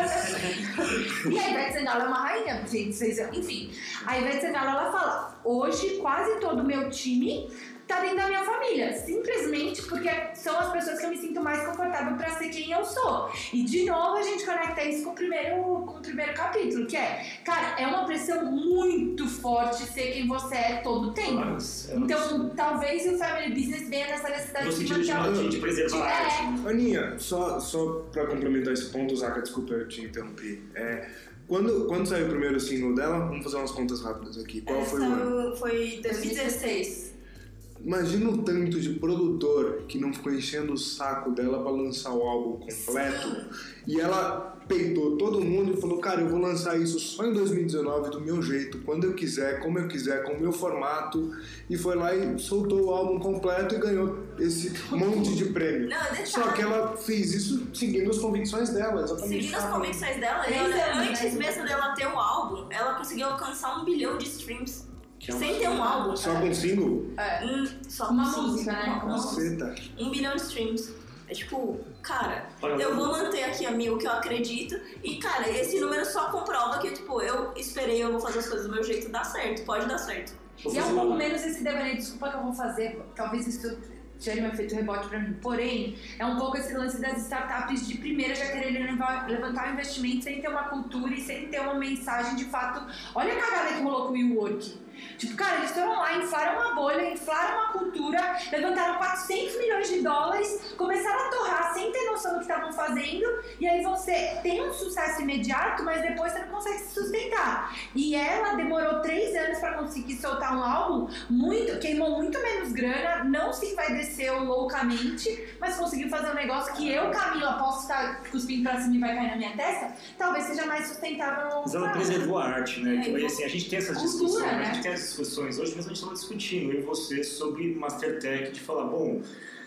E a Ivete Sangalo é uma rainha, gente, vocês, enfim. A Ivete Sangalo, ela fala, hoje quase todo o meu time tá dentro da minha família, simplesmente porque são as pessoas que eu me sinto mais confortável pra ser quem eu sou. E de novo a gente conecta isso com o primeiro, com o primeiro capítulo, que é, cara, é uma pressão muito forte ser quem você é todo o tempo. Nossa, então, nossa. Talvez o family business venha nessa necessidade no de manter de, de preservar a arte. Aninha, só, só pra complementar esse ponto, Zaca, desculpa eu te interromper. É, quando, quando saiu o primeiro single dela, vamos fazer umas contas rápidas aqui. Qual Essa foi o ano? Foi dois mil e dezesseis. Imagina o tanto de produtor que não ficou enchendo o saco dela pra lançar o álbum completo. Sim. E ela peitou todo mundo e falou, cara, eu vou lançar isso só em dois mil e dezenove do meu jeito, quando eu quiser, como eu quiser, com o meu formato. E foi lá e soltou o álbum completo e ganhou esse monte de prêmio. Não, só que ela fez isso seguindo as convicções dela, exatamente. Seguindo as convicções dela, e ela, antes mesmo dela ter o álbum, ela conseguiu alcançar um bilhão de streams. É um sem ter um álbum. Só com single? É, um, só com uma single, música, né? Uma música. Um bilhão de streams. É tipo, cara, eu vou manter aqui a mim o que eu acredito. E, cara, esse número só comprova que, tipo, eu esperei, eu vou fazer as coisas do meu jeito, dá certo, pode dar certo. E é um pouco menos esse devaneio, desculpa que eu vou fazer, talvez isso gere um efeito rebote pra mim. Porém, é um pouco esse lance das startups de primeira já quererem levantar um investimento sem ter uma cultura e sem ter uma mensagem de fato. Olha a cagada que rolou com o WeWork. Tipo, cara, eles foram lá, inflaram uma bolha, inflaram uma cultura, levantaram quatrocentos milhões de dólares, começaram a torrar sem ter noção do que estavam fazendo, e aí você tem um sucesso imediato, mas depois você não consegue se sustentar. E ela demorou três anos pra conseguir soltar um álbum, muito, queimou muito menos grana, não se envaideceu loucamente, mas conseguiu fazer um negócio que eu, Camila, posso estar cuspindo pra cima e vai cair na minha testa, talvez seja mais sustentável. Mas ela preservou a arte, né? É, então, assim, a gente tem essas cultura, discussões, né? A gente tem essas discussões hoje, mas a gente estava discutindo, eu e você, sobre Mastertech, de falar, bom,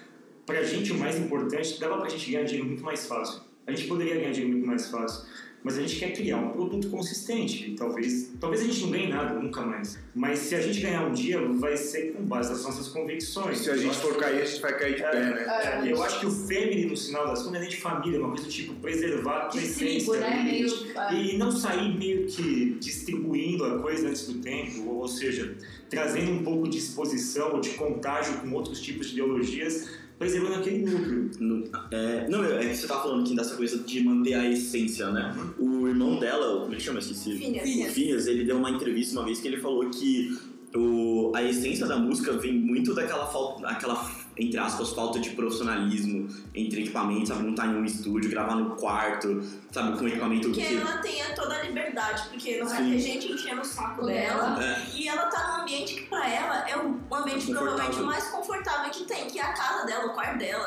pra gente o mais importante, dava pra gente ganhar dinheiro muito mais fácil. A gente poderia ganhar dinheiro muito mais fácil, mas a gente quer criar um produto consistente. E talvez, talvez a gente não ganhe nada, nunca mais. Mas se a gente ganhar um dia, vai ser com base nas nossas convicções. Se a gente for cair, a gente vai cair de é, pé, né? É, eu acho que o family, no final das contas, é de família, uma coisa do tipo preservar a tua essência. Né? Meio, e não sair meio que distribuindo a coisa antes do tempo, ou seja, trazendo um pouco de exposição ou de contágio com outros tipos de ideologias, preservando aquele núcleo. No, é, não, é que você tava falando aqui dessa coisa de manter a essência, né? Uhum. O irmão dela, como ele chama esse? Phineas. Phineas, ele deu uma entrevista uma vez que ele falou que o, a essência da música vem muito daquela falta, aquela, entre aspas, falta de profissionalismo entre equipamentos, sabe? Não tá em um estúdio, gravar no quarto, sabe? Com equipamento... Porque que... ela tenha toda a liberdade, porque não vai ter gente enchendo o saco dela. É. E ela tá num ambiente que pra ela é o ambiente provavelmente mais confortável que tem, que é a casa dela, o quarto dela.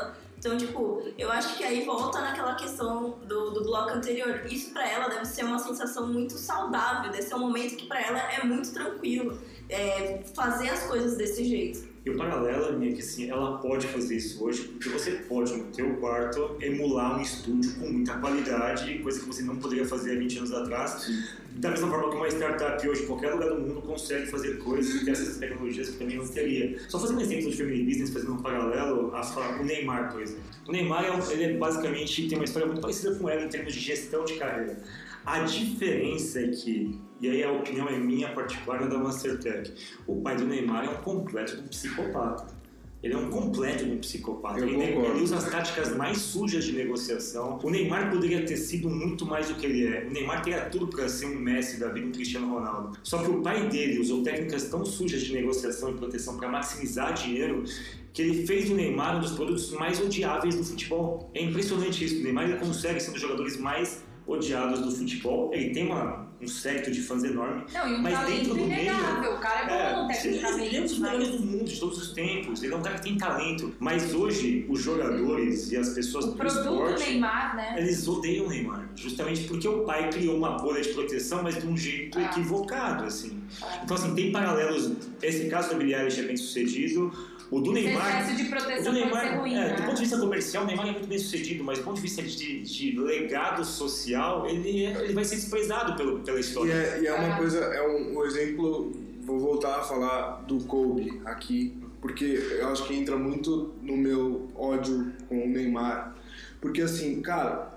Então, tipo, eu acho que aí volta naquela questão do, do bloco anterior. Isso pra ela deve ser uma sensação muito saudável, deve ser um momento que pra ela é muito tranquilo é, fazer as coisas desse jeito. E o paralelo é que assim, ela pode fazer isso hoje porque você pode, no teu quarto, emular um estúdio com muita qualidade, coisa que você não poderia fazer há vinte anos atrás. Da mesma forma que uma startup hoje, em qualquer lugar do mundo, consegue fazer coisas e ter essas tecnologias que também não teria. Só fazendo um exemplo de family business, fazendo um paralelo, a, o Neymar, por exemplo. O Neymar, é um, ele é basicamente tem uma história muito parecida com ela em termos de gestão de carreira. A diferença é que, e aí a opinião é minha particular da Mastertech, o pai do Neymar é um completo de um psicopata. Ele é um completo de um psicopata. Ele, ele usa as táticas mais sujas de negociação. O Neymar poderia ter sido muito mais do que ele é. O Neymar teria tudo para ser um Messi da vida, um Cristiano Ronaldo. Só que o pai dele usou técnicas tão sujas de negociação e proteção para maximizar dinheiro que ele fez do Neymar um dos produtos mais odiáveis do futebol. É impressionante isso. O Neymar ele consegue ser um dos jogadores mais odiados do futebol. Ele tem uma, um secto de fãs enorme. Não, e um mas talento dentro do inegável. meio, O cara é bom, é, tecnicamente. ele é um dos melhores do mundo de todos os tempos. Ele é um cara que tem talento. Mas hoje, os jogadores e as pessoas o do produto esporte, Neymar, né? eles odeiam o Neymar. Justamente porque o pai criou uma bolha de proteção, mas de um jeito ah. equivocado, assim. Ah. Então, assim, tem paralelos. Esse caso da Billie Eilish é bem sucedido. O do Neymar, excesso de proteção o do Neymar pode ser ruim, é, né? do ponto de vista comercial, o Neymar é muito bem sucedido, mas do ponto de vista de, de legado social, ele, é, ele vai ser desprezado pelo, pela história. E é, e é uma coisa, é um, um exemplo, vou voltar a falar do Kobe aqui, porque eu acho que entra muito no meu ódio com o Neymar. Porque assim, cara,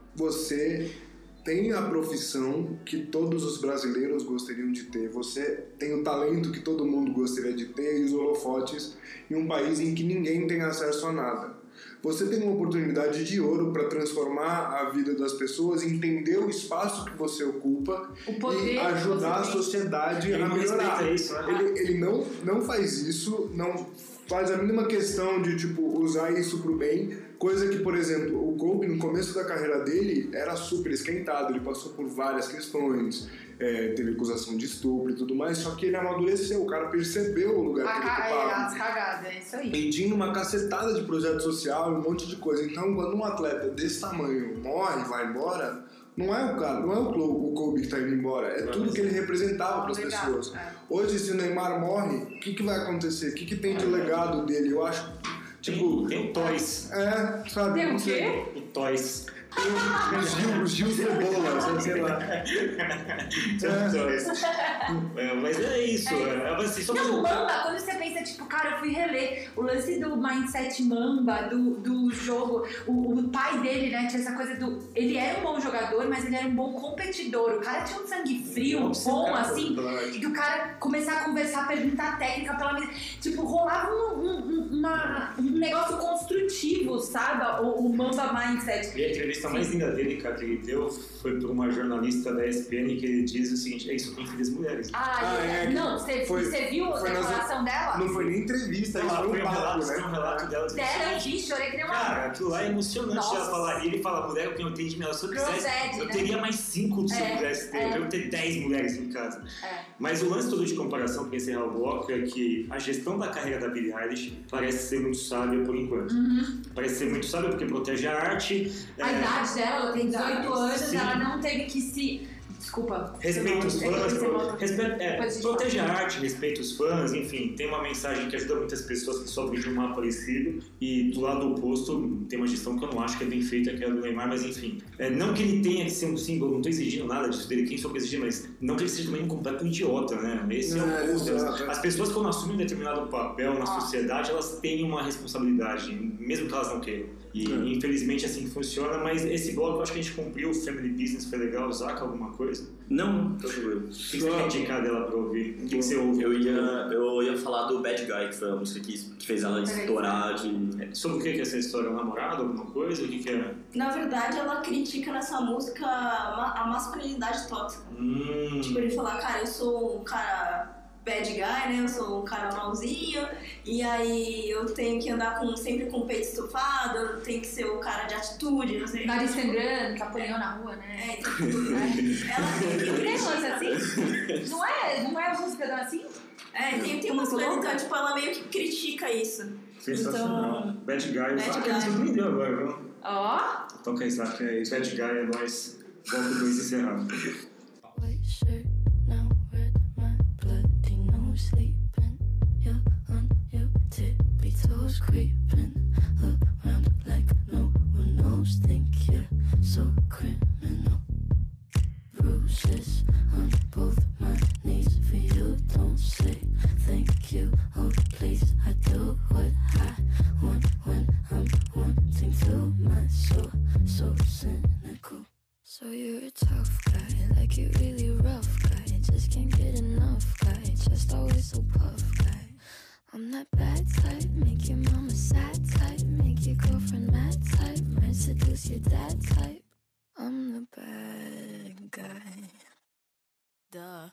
você tem a profissão que todos os brasileiros gostariam de ter, você tem o talento que todo mundo gostaria de ter e os holofotes em um país em que ninguém tem acesso a nada. Você tem uma oportunidade de ouro para transformar a vida das pessoas, entender o espaço que você ocupa e ajudar a sociedade a melhorar. Isso, né? Ele, ele não, não faz isso, não faz a mínima questão de tipo, usar isso pro bem, coisa que, por exemplo, o Kobe no começo da carreira dele era super esquentado, ele passou por várias questões, é, teve acusação de estupro e tudo mais, só que ele amadureceu, o cara percebeu o lugar a que ele ocupava. É, as cagadas, é isso aí. E tinha uma cacetada de projeto social, um monte de coisa. Então, quando um atleta desse tamanho morre, vai embora, não é o cara, não é o Kobe que está indo embora, é tudo que ele representava para as pessoas. É. Hoje, se o Neymar morre, o que, que vai acontecer? O que, que tem de legado dele? Eu acho, tipo... Tem o Toys. É, sabe? Tem o quê? O Toys. O Gil, o Gil Cebola, sei lá. É. É, mas é isso. É. É, assim, só não, o Mamba, quando você pensa, tipo, cara, eu fui reler o lance do mindset Mamba, do, do jogo, o, o pai dele, né, tinha essa coisa do... Ele era um bom jogador, mas ele era um bom competidor. O cara tinha um sangue frio, não, bom, cara, assim, e do cara começar a conversar, perguntar técnica pela mesa. Tipo, rolava um, um, uma, um negócio construtivo, sabe? O, o Mamba Mindset. E a entrevista mais linda dele, cara, que ele deu foi por uma jornalista da E S P N que ele diz o seguinte: é isso, tem filhas mulheres. Ah, ah é, não, você, foi, você viu a declaração dela? Não foi nem entrevista, isso foi um papo, relato, né? Foi um relato dela. Dela, eu vi, chorei que nem uma... Cara, aquilo lá é emocionante. Nossa. Ela falar, e ele fala, mulher, eu tenho de mim, se eu quisesse, Ed, eu né? teria mais cinco se é, eu pudesse ter. É. Eu quero ter dez mulheres em casa. É. Mas o lance todo de comparação para encerrar o bloco é que a gestão da carreira da Billie Eilish parece ser muito sábia por enquanto. Uhum. Parece ser muito sábia porque protege a arte. A é... idade dela, ela tem dezoito anos, Sim. ela não teve que se... Desculpa. Respeita os fãs, pro... respe... é, protege a fala. arte, respeita os fãs, enfim, tem uma mensagem que ajuda muitas pessoas que sofrem de um mal parecido. E do lado oposto, tem uma gestão que eu não acho que é bem feita, que é a do Neymar, mas enfim. É, não que ele tenha que ser um símbolo, não estou exigindo nada disso dele, quem sou para exigir, mas não que ele seja também um completo idiota, né? Esse é, é o ponto. As pessoas, quando assumem um determinado papel na sociedade, elas têm uma responsabilidade, mesmo que elas não queiram. E é. infelizmente assim funciona, mas esse bloco eu acho que a gente cumpriu, o Family Business foi legal. Zaca, alguma coisa? Não, tô tranquilo. O que você quer indicar dela pra ouvir? O que, que você ouve? Eu ia, eu ia falar do Bad Guy, que foi a música que, que fez ela estourar de... Sobre o que é essa história? Um namorado, alguma coisa? O que, que é? Na verdade, ela critica nessa música a masculinidade tóxica. Hum. Tipo, ele fala, cara, eu sou um cara... bad guy, né? Eu sou um cara malzinho e aí eu tenho que andar com, sempre com o peito estufado, eu tenho que ser o cara de atitude, não sei. Nariz sangrando, capoeirão na rua, né? É, então, é. Ela tem que criticar assim. Não é, não é a música do assim? É, tem, tem umas coisas, então, tipo, ela meio que critica pra isso. Sensacional. Então, Bad Guy. Bad Sabe que Guy. me surpreendeu agora, viu? Ó. Toca aí, sabe que é Bad Guy, é nóis. Bloco dois encerrado. White shirt, now red, my bloody nose sleeping. You're on your tippy toes, creeping around like no one knows. Think you're so criminal. Bruises on both my knees for you. Don't say thank you. Oh, please, I do what I want when I'm wanting to. My soul, so cynical. So you're a tough guy, like you really rough guy. Just can't get enough guy, just always so puff guy. I'm that bad type, make your mama sad type, make your girlfriend mad type, might seduce your dad type. I'm the bad guy. Duh.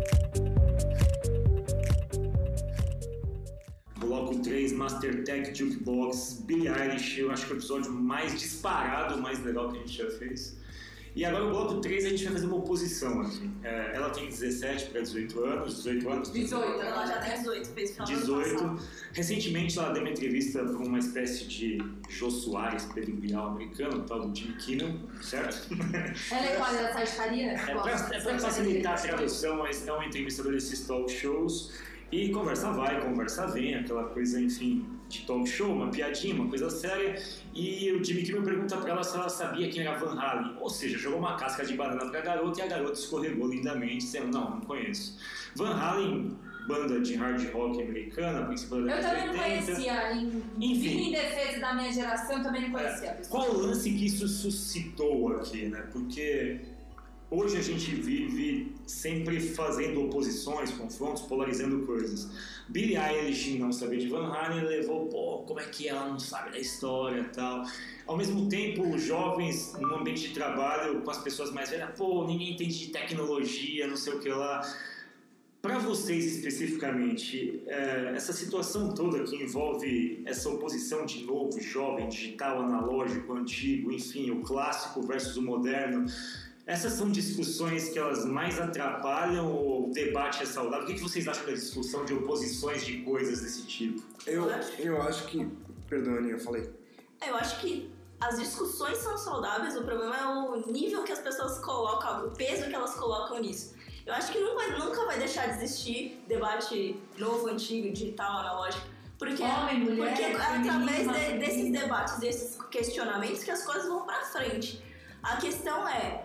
Bloco três, Master Tech Jukebox, Billie Eilish, eu acho que é o episódio mais disparado, mais legal que a gente já fez. E agora o bloco três a gente vai fazer uma oposição aqui. É, ela tem dezessete para dezoito anos, dezoito anos? dezoito, ela já tem dezoito, fez final do ano dezoito. passado. Recentemente ela deu uma entrevista para uma espécie de Jô Soares, Pedro Bial americano, tal do Jimmy Kimmel, certo? Ela é qual? Ela Sagitaria? É para facilitar a tradução, mas é uma entrevistadora desses talk shows. E conversa vai, conversa vem, aquela coisa, enfim, de talk show, uma piadinha, uma coisa séria. E o Jimmy Kimmel pergunta pra ela se ela sabia quem era Van Halen. Ou seja, jogou uma casca de banana pra garota e a garota escorregou lindamente, dizendo, não, não conheço. Van Halen, banda de hard rock americana, principal da Eu década também de não oitenta. conhecia, em, Enfim. vindo em defesa da minha geração, eu também não conhecia a pessoa. Qual o lance que isso suscitou aqui, né? Porque hoje a gente vive sempre fazendo oposições, confrontos, polarizando coisas. Billie Eilish não saber de Van Halen levou, pô, como é que ela não sabe da história e tal. Ao mesmo tempo, os jovens no ambiente de trabalho, com as pessoas mais velhas, pô, ninguém entende de tecnologia, não sei o que lá. Para vocês especificamente, é, essa situação toda que envolve essa oposição de novo, jovem, digital, analógico, antigo, enfim, o clássico versus o moderno, essas são discussões que elas mais atrapalham ou o debate é saudável? O que vocês acham da discussão de oposições de coisas desse tipo? Eu, eu acho que... Perdão, Aninha, eu falei. Eu acho que as discussões são saudáveis, o problema é o nível que as pessoas colocam, o peso que elas colocam nisso. Eu acho que não vai, nunca vai deixar de existir debate novo, antigo, digital, analógico. Porque, Homem, mulher, porque é através feminino, de, desses debates, desses questionamentos que as coisas vão pra frente. A questão é...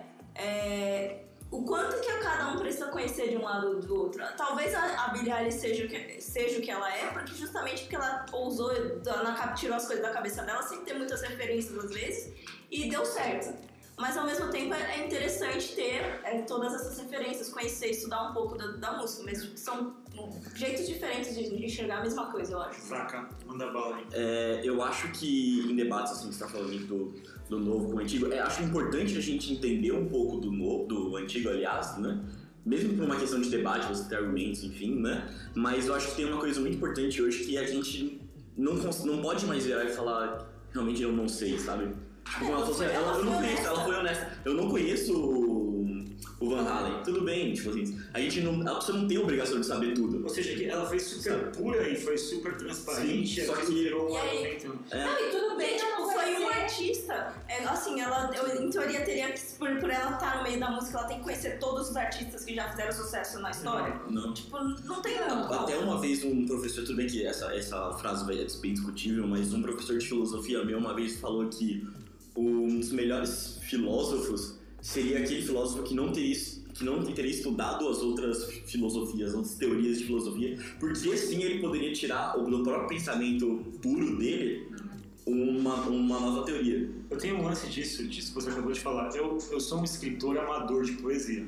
É, o quanto que cada um precisa conhecer de um lado ou do outro. Talvez a, a Billie Eilish seja o, que, seja o que ela é, porque justamente porque ela ousou, ela tirou as coisas da cabeça dela sem ter muitas referências às vezes, e deu certo. Mas ao mesmo tempo é interessante ter é, todas essas referências, conhecer, estudar um pouco da, da música, mas são jeitos diferentes de, de enxergar a mesma coisa, eu acho. Saca, manda bala aí. É, eu acho que em debates, assim, que você está falando do, do novo com o antigo, é, acho importante a gente entender um pouco do novo, do antigo, aliás, né? Mesmo por uma questão de debate, você ter argumentos, enfim, né? Mas eu acho que tem uma coisa muito importante hoje que a gente não, não pode mais virar e falar, realmente eu não sei, sabe? Tipo, ela, falou, ela, eu não conheço, ela foi honesta. Eu não conheço o, o Van Halen. Tudo bem, tipo assim, a gente não, a pessoa não tem a obrigação de saber tudo. Ou seja, que ela foi super pura e foi super transparente. Sim, só que virou um E aí? argumento. É. Não, e tudo bem, Tipo, tipo, foi um artista. É, assim, ela, eu, em teoria, teria que, por, por ela estar no meio da música, ela tem que conhecer todos os artistas que já fizeram sucesso na história. Não. Tipo, não tem não. Até uma vez um professor, tudo bem que essa, essa frase vai ser bem discutível, mas um professor de filosofia meu uma vez falou que um dos melhores filósofos seria aquele filósofo que não teria, que não teria estudado as outras filosofias, as outras teorias de filosofia, porque assim ele poderia tirar do próprio pensamento puro dele uma, uma nova teoria. Eu tenho um lance disso, disso que você acabou de falar. Eu, eu sou um escritor amador de poesia.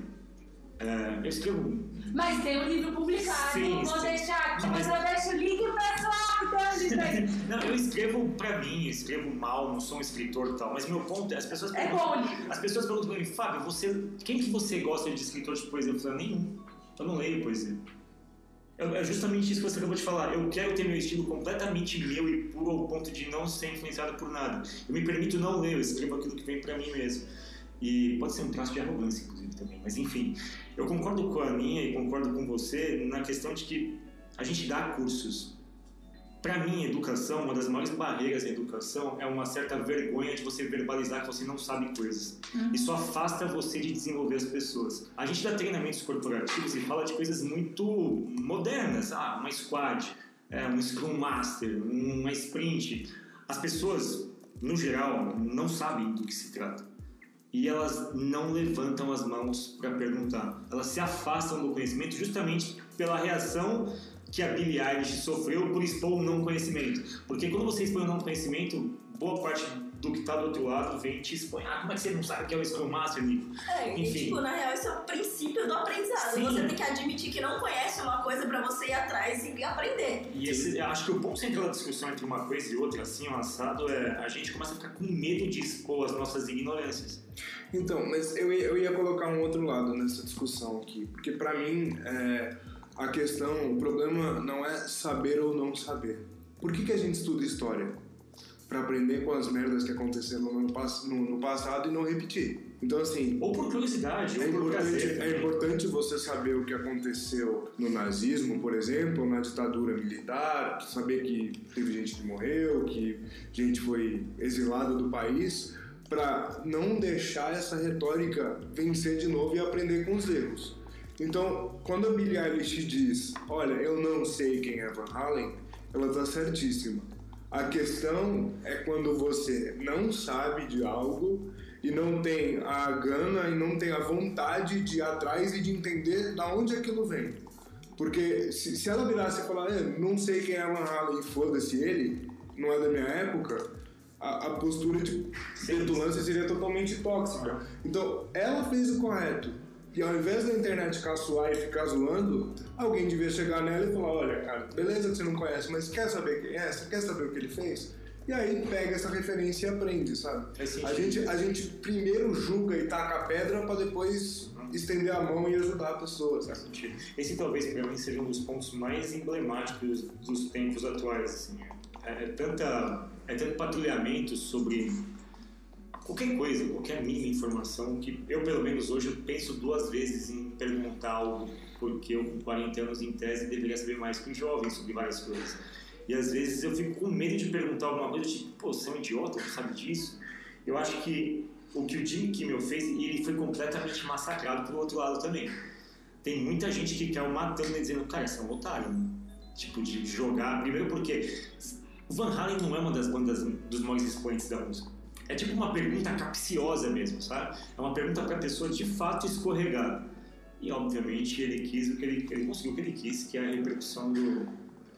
É, eu escrevo... Mas tem um livro publicado, Sim, vou sim. deixar aqui, Não, mas mas- eu deixo o link pessoal que tem um livro aí. Não, eu escrevo pra mim, escrevo mal, não sou um escritor e tal, mas meu ponto é, as pessoas É perguntam, bom o livro. as pessoas perguntam pra mim, Fábio, você, quem que você gosta de escritor de poesia? Eu falo, nenhum, eu não leio poesia. Eu- É justamente isso que você acabou de falar, eu quero ter meu estilo completamente meu e puro ao ponto de não ser influenciado por nada. Eu me permito não ler, eu escrevo aquilo que vem pra mim mesmo. E pode ser um traço de arrogância, inclusive, também, mas enfim. Eu concordo com a Aninha e concordo com você na questão de que a gente dá cursos. Para mim, educação, uma das maiores barreiras da educação é uma certa vergonha de você verbalizar que você não sabe coisas. Uhum. Isso afasta você de desenvolver as pessoas. A gente dá treinamentos corporativos e fala de coisas muito modernas. Ah, uma squad, é, um Scrum Master, uma sprint. As pessoas, no geral, não sabem do que se trata. E elas não levantam as mãos para perguntar. Elas se afastam do conhecimento justamente pela reação que a Billie Eilish sofreu por expor o não conhecimento. Porque quando você expõe o não conhecimento, boa parte do que está do outro lado vem te expõe. Ah, como é que você não sabe o que é o Scrum Master, Nico? É, Enfim. E, tipo, na real, isso é o princípio do aprendizado. Sim. Você tem que admitir que não conhece uma coisa para você ir atrás e aprender. E esse, acho que o ponto central da discussão entre uma coisa e outra, assim, o assado, é a gente começa a ficar com medo de expor as nossas ignorâncias. Então, mas eu ia, eu ia colocar um outro lado nessa discussão aqui. Porque pra mim, é... a questão, o problema não é saber ou não saber. Por que, que a gente estuda história? Para aprender com as merdas que aconteceram no, no, no passado e não repetir. Então, assim... Ou por curiosidade, é ou por importante, prazer. É importante você saber o que aconteceu no nazismo, por exemplo, na ditadura militar, saber que teve gente que morreu, que gente foi exilada do país, para não deixar essa retórica vencer de novo e aprender com os erros. Então, quando a Billie Eilish diz, olha, eu não sei quem é Van Halen, ela está certíssima. A questão é quando você não sabe de algo e não tem a gana e não tem a vontade de ir atrás e de entender de onde aquilo vem. Porque se, se ela virasse e falar, eh, não sei quem é Van Halen, foda-se ele, não é da minha época, a, a postura de petulância seria totalmente tóxica. Então, ela fez o correto. E ao invés da internet caçoar e ficar zoando, alguém devia chegar nela e falar, olha, cara, beleza que você não conhece, mas quer saber quem é? Você quer saber o que ele fez? E aí pega essa referência e aprende, sabe? A gente, a gente primeiro julga e taca a pedra para depois uhum. estender a mão e ajudar a pessoa, sabe? Esse talvez para mim seja um dos pontos mais emblemáticos dos tempos atuais, assim. É, é, tanta, é tanto patrulhamento sobre... qualquer coisa, qualquer mínima informação, que eu, pelo menos hoje, eu penso duas vezes em perguntar algo, porque eu, com quarenta anos em tese, deveria saber mais que um jovem sobre várias coisas. E às vezes eu fico com medo de perguntar alguma coisa, tipo, pô, você é um idiota, não sabe disso? Eu acho que o que o Jimmy Kimmel fez, ele foi completamente massacrado pro outro lado também. Tem muita gente que quer o matando e dizendo, cara, você é um otário, né? Tipo, de jogar, primeiro porque o Van Halen não é uma das bandas dos maiores expoentes da música. É tipo uma pergunta capciosa mesmo, sabe? É uma pergunta para a pessoa de fato escorregar. E, obviamente, ele quis o que ele, ele conseguiu o que ele quis, que é a repercussão do,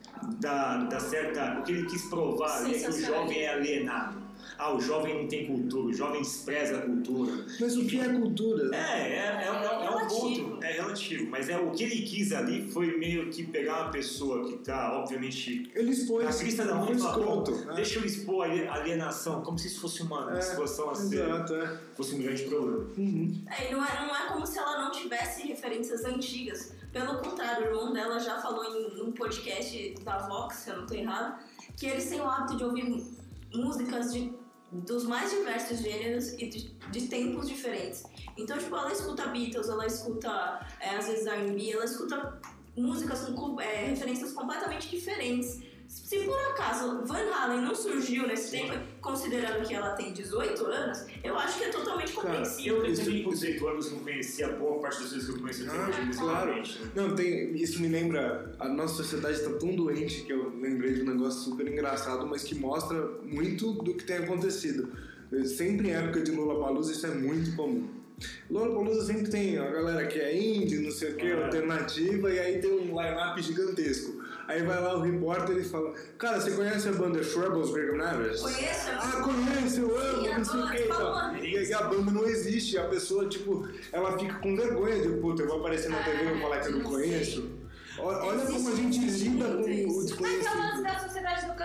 da, da certa... O que ele quis provar ali é que o jovem é alienado. Ah, o jovem não tem cultura, o jovem despreza a cultura. Mas o que é cultura? É, é, é, é, é um ponto, é relativo, mas é, o que ele quis ali foi meio que pegar uma pessoa que está, obviamente, ele expôs, na crista da onda e falar, né? Deixa eu expor a alienação, como se isso fosse uma é, situação a ser, exato, é. fosse um grande problema. Uhum. É, e não é, não é como se ela não tivesse referências antigas. Pelo contrário, o irmão dela já falou em um podcast da Vox, se eu não estou errado, que eles têm o hábito de ouvir músicas de dos mais diversos gêneros e de, de tempos diferentes. Então, tipo, ela escuta Beatles, ela escuta, é, às vezes, R and B, ela escuta músicas com é, referências completamente diferentes. Se por acaso Van Halen não surgiu nesse tempo, considerando que ela tem dezoito anos, eu acho que é totalmente compreensível. Eu também com dezoito anos não conhecia boa parte das coisas que eu conheci até hoje, ah, claro. Não, tem, isso me lembra, a nossa sociedade está tão doente que eu lembrei de um negócio super engraçado, mas que mostra muito do que tem acontecido. Sempre em época de Lollapalooza isso é muito comum. Lollapalooza sempre tem a galera que é indie, não sei o que, ah. alternativa, e aí tem um line-up gigantesco. Aí vai lá o repórter e fala, cara, você conhece a banda Troubles Regnavers? Conheço. Ah, conheço, eu amo, não sei o que. Então. E a banda não existe, a pessoa, tipo, ela fica com vergonha de, puta, eu vou aparecer na T V e vou falar que eu não conheço. Olha como a gente lida com o desconhecido. Mas é o lance da sociedade do cansaço.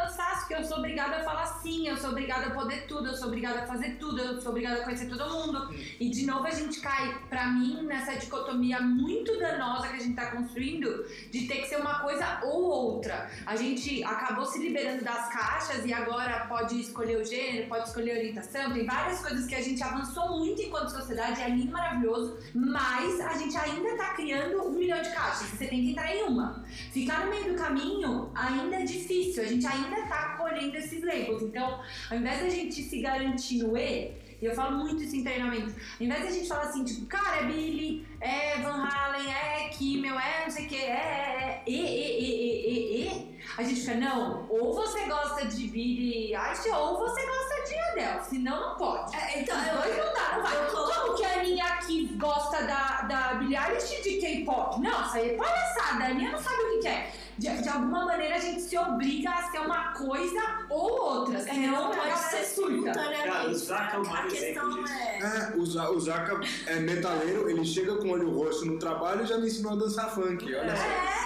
porque eu sou obrigada a falar sim, eu sou obrigada a poder tudo, eu sou obrigada a fazer tudo, eu sou obrigada a conhecer todo mundo. E de novo a gente cai, pra mim, nessa dicotomia muito danosa que a gente tá construindo de ter que ser uma coisa ou outra. A gente acabou se liberando das caixas e agora pode escolher o gênero, pode escolher a orientação, tem várias coisas que a gente avançou muito enquanto sociedade, é lindo, maravilhoso, mas a gente ainda tá criando um milhão de caixas, você tem que entrar em uma. Ficar no meio do caminho ainda é difícil, a gente ainda tá colhendo esses labels, então ao invés da gente se garantir no E, e eu falo muito isso em treinamento, ao invés da gente falar assim, tipo, cara, é Billy, é Van Halen, é Kimmel, é não sei o que, é, é, é, e, e, e, e, e, e, a gente fica, não, ou você gosta de Billie Eilish ou você gosta de Adele, senão não pode. É, então, os eu, dois não dá, não vai. eu coloco- Como que a Aninha aqui gosta da, da Billie Eilish de K-pop? Não, isso aí é palhaçada, a Aninha não sabe o que que é. De, de alguma maneira a gente se obriga a ser uma coisa ou outra, senão não a pode galera ser surta. Cara, o simultaneamente. Zaca é o A maior questão exemplo disso. é... É, o, Za- o Zaca é metaleiro, ele chega com o olho roxo no trabalho e já me ensinou a dançar funk, olha só.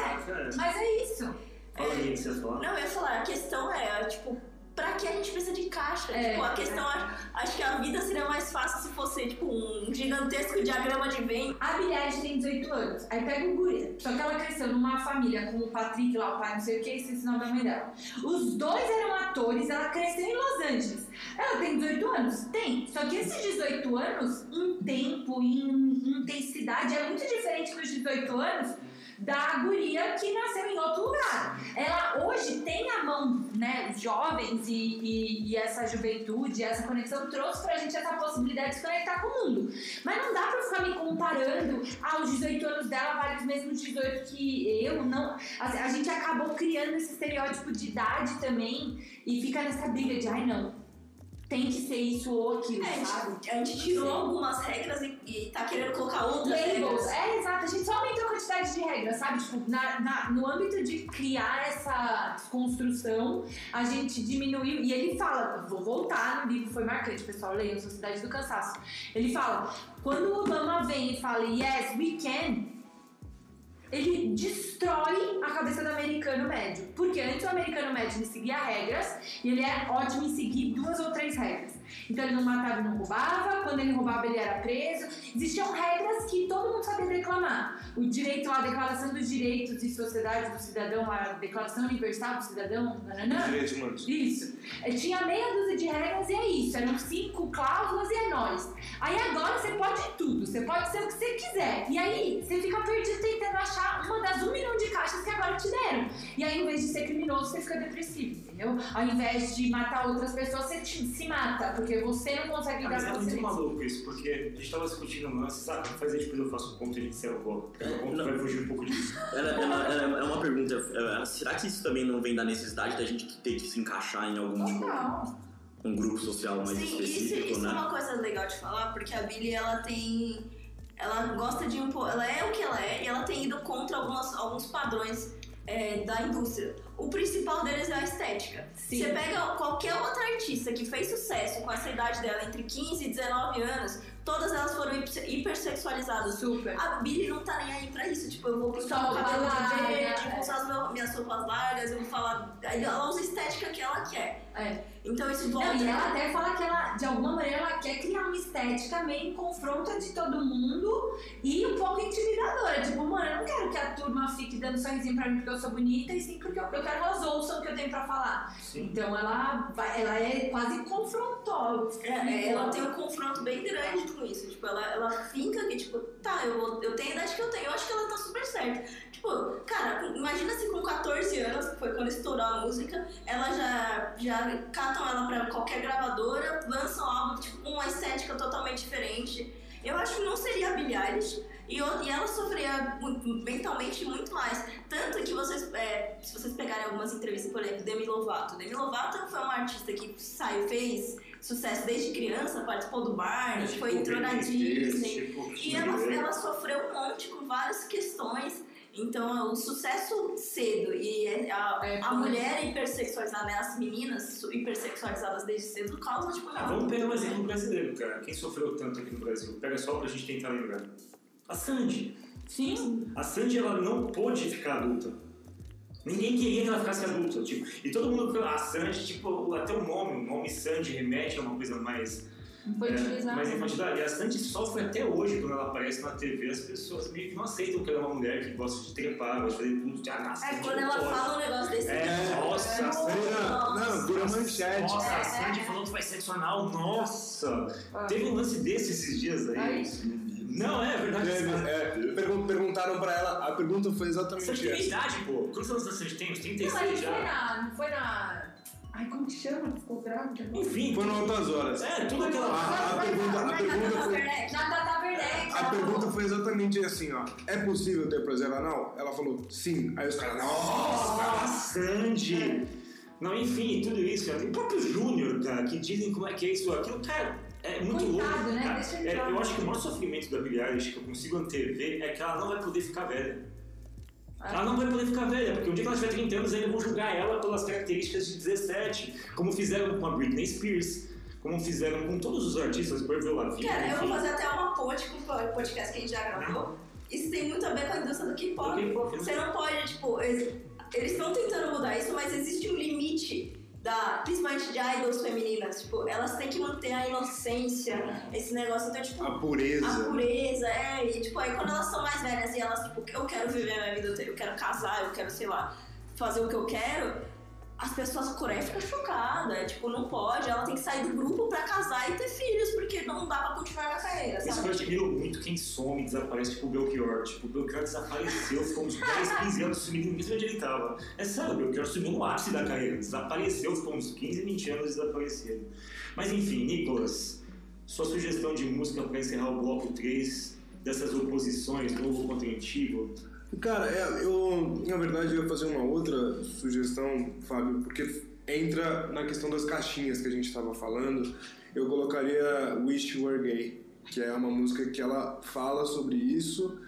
É, mas é isso. Fala aí o que você ia falar. Não, eu ia falar, a questão é, tipo, pra que a gente precisa de caixa? É. Tipo, a questão, acho, acho que a vida seria mais fácil se fosse, tipo, um gigantesco diagrama de Venn. A Billie Eilish tem dezoito anos, aí pega o guri. Só que ela cresceu numa família com o Patrick lá, o pai não sei o que, esqueci o nome da mãe dela. Os dois eram atores, ela cresceu em Los Angeles. Ela tem dezoito anos? Tem. Só que esses dezoito anos, em tempo, em intensidade, é muito diferente dos dezoito anos da guria que nasceu em outro lugar. Ela hoje tem a mão, né, os jovens e, e, e essa juventude, essa conexão trouxe pra gente essa possibilidade de se conectar com o mundo. Mas não dá pra ficar me comparando aos dezoito anos dela, vale os mesmos dezoito que eu, não. A, a gente acabou criando esse estereótipo de idade também e fica nessa briga de, ai não, tem que ser isso ou aquilo, É, sabe? a gente tirou algumas regras e, e tá querendo colocar outras Labels, regras. é exato, a gente só aumentou a quantidade de regras, sabe? Tipo, na, na, no âmbito de criar essa construção, a gente diminuiu, e ele fala, vou voltar no livro, foi marcante, pessoal, leiam Sociedade do Cansaço. Ele fala, quando o Obama vem e fala, yes, we can, ele destrói a cabeça do americano médio. Porque antes o americano médio ele seguia regras e ele é ótimo em seguir duas ou três regras. Então ele não matava e não roubava, quando ele roubava ele era preso. Existiam regras que todo mundo sabia declamar. O direito lá, a Declaração dos Direitos e Sociedade do Cidadão, a Declaração Universal do Cidadão, nananã. Direitos humanos. Isso. É, tinha meia dúzia de regras e é isso. Eram cinco cláusulas e é nóis. Aí agora você pode tudo. Você pode ser o que você quiser. E aí você fica perdido tentando achar uma das um milhão de caixas que agora te deram. E aí, em vez de ser criminoso, você fica depressivo, entendeu? Ao invés de matar outras pessoas, você te, se mata. Porque você não consegue Ah, lidar mas é com muito você. maluco isso, porque a gente tava discutindo um lance, sabe? Faz aí, depois eu faço um ponto e a gente encerra o bloco. O ponto não. vai fugir um pouco disso. Era, era, era- é uma pergunta, é, será que isso também não vem da necessidade da gente ter que se encaixar em algum tipo, Total. um grupo social mais Sim, isso, específico, isso né? é uma coisa legal de falar, porque a Billie, ela tem... Ela gosta de um pouco... Ela é o que ela é e ela tem ido contra algumas, alguns padrões é, da indústria. O principal deles é a estética. Sim. Você pega qualquer outra artista que fez sucesso com essa idade dela, entre quinze e dezenove anos, todas elas foram hiper- hipersexualizadas. Super. A Billie não tá nem aí pra isso. Tipo, eu vou Só pintar o cabelo roupa de larga, verde, é. vou usar as meu- minhas roupas largas, eu vou falar... Ela usa a estética que ela quer. É. Então isso volta... Não, e ela até fala que ela, de alguma maneira, ela quer criar uma estética meio em confronto de todo mundo e um pouco intimidadora. Tipo, mano, eu não quero que a turma fique dando sorrisinho pra mim porque eu sou bonita, e sim porque eu, eu quero que elas ouçam o que eu tenho pra falar. Sim. Então ela, vai, ela é quase confrontou. É, ela tem um confronto bem grande com isso. Tipo, ela, ela finca que, tipo, tá, eu, vou- eu tenho a idade que eu tenho, eu acho que ela tá super certa. Tipo, cara, imagina se com catorze anos, que foi quando estourou a música, ela já, já catam ela pra qualquer gravadora, lançam álbum, tipo, com uma estética totalmente diferente. Eu acho que não seria a Billie Eilish. E, eu- e ela sofria muito- mentalmente muito mais. Tanto que vocês, é, se vocês pegarem algumas entrevistas, por exemplo, Demi Lovato. Demi Lovato foi uma artista que saiu, fez sucesso desde criança, participou do Barney, Tipo, foi, entrou na Britney Spears, Disney. tipo, E ela, ela sofreu um monte com várias questões. Então, o sucesso cedo e a, É, a mulher hipersexualizada, né, as meninas hipersexualizadas desde cedo, causam, tipo, Ah, vamos pegar um exemplo brasileiro, cara. Quem sofreu tanto aqui no Brasil? Pega só pra gente tentar lembrar. A Sandy. Sim. A Sandy, ela não pôde ficar adulta. Ninguém queria que ela ficasse adulta, tipo, e todo mundo pela Sandy, tipo, até o nome, o nome Sandy remete a uma coisa mais Infantilizada. É, mais infantilizada. E a Sandy sofre até hoje quando ela aparece na T V, as pessoas meio que não aceitam que ela é uma mulher que gosta de trepar, gosta de fazer tudo, de ah, É, quando ela fala um negócio desse é, tipo. nossa, a Sandy. Não, dura manchete. Nossa, É, a Sandy é. falou que faz sexo anal, nossa! Ah. Teve um lance desse esses dias aí. Ai. Não, é verdade. Teve, é, pergun- perguntaram pra ela, a pergunta foi exatamente Sandy tem essa. idade, pô. Quantos anos a Sandy tem? Uns trinta e Não, mas seis não foi já. na. Não foi na. Ai, como que chama? Ficou grávida? Enfim. Foi no Altas Horas. É, tudo aquela. A, a pergunta, a pergunta foi... Na Tata Werneck. A pergunta foi exatamente assim, ó. É possível ter prazer anal? Ela falou, sim. Aí os caras, Nossa, nossa! a Sandy! Não, enfim, tudo isso, cara. Tem o próprio Júnior, cara, que dizem como é que é isso aquilo. Cara, é muito Coitado, louco. né? Cara. Deixa ele É, lá. eu acho que o maior sofrimento da Billie Eilish que eu consigo antever é que ela não vai poder ficar velha. Ela não vai poder ficar velha, porque um dia que ela tiver trinta anos, ainda vão julgar ela pelas características de dezessete, como fizeram com a Britney Spears, como fizeram com todos os artistas, Avril Lavigne. Cara, eu enfim. vou fazer até uma ponte com o podcast que a gente já gravou. Isso tem muito a ver com a indústria do K-pop. Do K-pop, né? Você não pode, tipo, eles estão tentando mudar isso, mas existe um limite, da, principalmente de idols femininas. Tipo, elas têm que manter a inocência, esse negócio. Então, tipo, A pureza. a pureza, é. E, tipo, aí quando elas são mais velhas e elas, tipo, eu quero viver a minha vida, eu quero casar, eu quero, sei lá, fazer o que eu quero, as pessoas, a Coreia fica chocada. É, tipo, não pode, ela tem que sair do grupo pra casar e ter filhos, porque não dá pra continuar na carreira, Isso sabe? eu admiro muito quem some, desaparece, tipo o Belchior. Tipo, o Belchior desapareceu, ficou uns dez, quinze anos sumindo, ninguém sabia onde ele tava. É sério, o Belchior sumiu no ápice da carreira, desapareceu, ficou uns quinze, vinte anos desaparecido. Mas enfim, Nicolas, sua sugestão de música para encerrar o bloco três dessas oposições, novo contra antigo. Cara, é, eu, na verdade, eu ia fazer uma outra sugestão, Fábio, porque entra na questão das caixinhas que a gente estava falando. Eu colocaria Wish You Were Gay, que é uma música que ela fala sobre isso.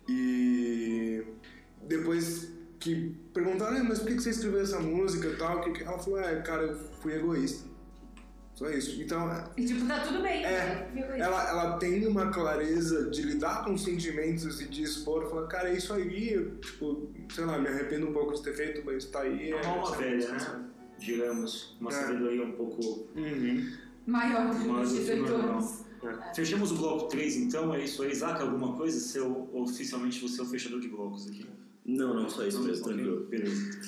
E depois que perguntaram, ah, mas por que você escreveu essa música e tal? Ela falou, é, cara, eu fui egoísta. Só isso. Então, E tipo, tá tudo bem. É, né? ela, ela tem uma clareza de lidar com sentimentos e de expor, falar, cara, é isso aí, eu, tipo, sei lá, me arrependo um pouco de ter feito, mas tá aí. É uma alma sabe? velha, né? Digamos, uma É. sabedoria um pouco Uhum. Maior do que mais os do que dezoito normal. anos. É. Fechamos o bloco três, então, é isso aí. Zaca, alguma coisa? Seu, oficialmente você é o fechador de blocos aqui. Não, não, só isso mesmo, Ok, tranquilo. beleza.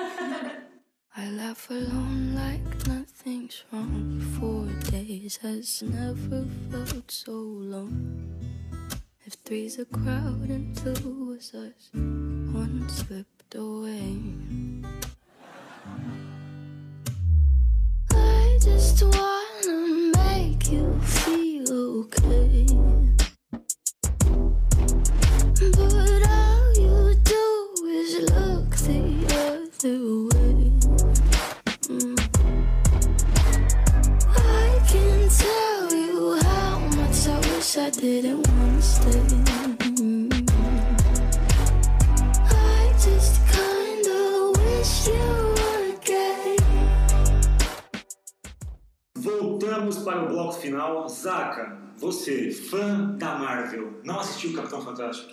I laugh alone like nothing's wrong. Four days has never felt so long. If three's a crowd and two was us, one slipped away. I just wanna make you feel okay, but all you do is look the other way. Mm. I can tell you how much I wish I didn't want to stay. Mm. I just kinda wish you were gay. Voltamos para o bloco final. Zaca, você, fã da Marvel, não assistiu o Capitão Fantástico?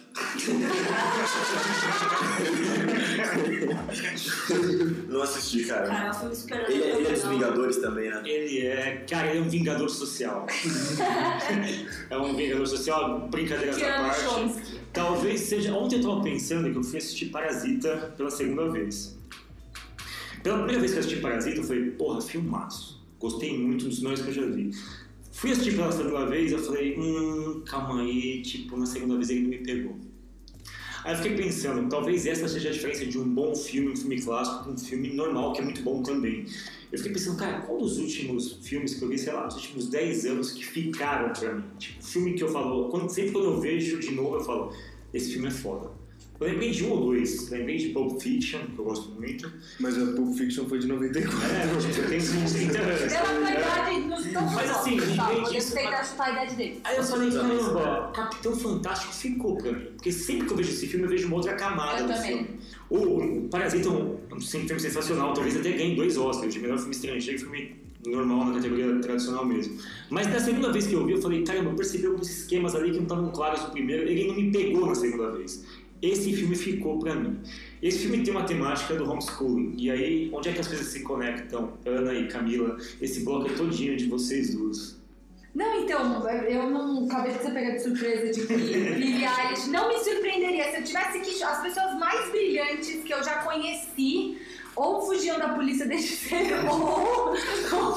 Não assisti, cara. Cara, eu fui esperando. Ele, ele é dos não. Vingadores também, né? Ele é, cara, ele é um vingador social. É um vingador social, brincadeiras à Tirando parte. Chomsky. Talvez seja. Ontem eu tava pensando que eu fui assistir Parasita pela segunda vez. Pela primeira vez que eu assisti Parasita, eu falei, porra, filmaço. Gostei muito dos melhores que eu já vi. Fui assistir pela segunda vez, eu falei, hum, calma aí, tipo, na segunda vez ele não me pegou. Aí eu fiquei pensando, talvez essa seja a diferença de um bom filme, um filme clássico, com um filme normal, que é muito bom também. Eu fiquei pensando, cara, qual dos últimos filmes que eu vi, sei lá, nos últimos dez anos que ficaram pra mim? Tipo, filme que eu falo, quando, sempre quando eu vejo de novo, eu falo, esse filme é foda. Eu lembrei de um ou dois, lembrei de Pulp Fiction, que eu gosto muito. Mas a Pulp Fiction foi de noventa e quatro. É, gente, eu tenho uns trinta anos. Pela tua idade, nos não Mas assim, tá, lembrei vou disso, tentar mas- chutar a idade dele. Aí eu falei, caramba, Capitão Fantástico ficou pra mim. Porque sempre que eu vejo esse filme, eu vejo uma outra camada Eu do também. filme. O Parasita é um, um filme sensacional, talvez até ganhe dois Oscars, de melhor filme estrangeiro e filme normal na categoria tradicional mesmo. Mas na segunda vez que eu vi, eu falei, caramba, eu percebi alguns esquemas ali que não estavam claros no primeiro, ele não me pegou na segunda vez. esse filme ficou pra mim. Esse filme tem uma temática do homeschooling. E aí, onde é que as coisas se conectam? Ana e Camila, esse bloco é todinho de vocês duas. Não, então, eu não acabei de ser pega de surpresa de que Billie Eilish não me surpreenderia se eu tivesse que... As pessoas mais brilhantes que eu já conheci ou fugiam da polícia desde cedo, ou, ou fugiam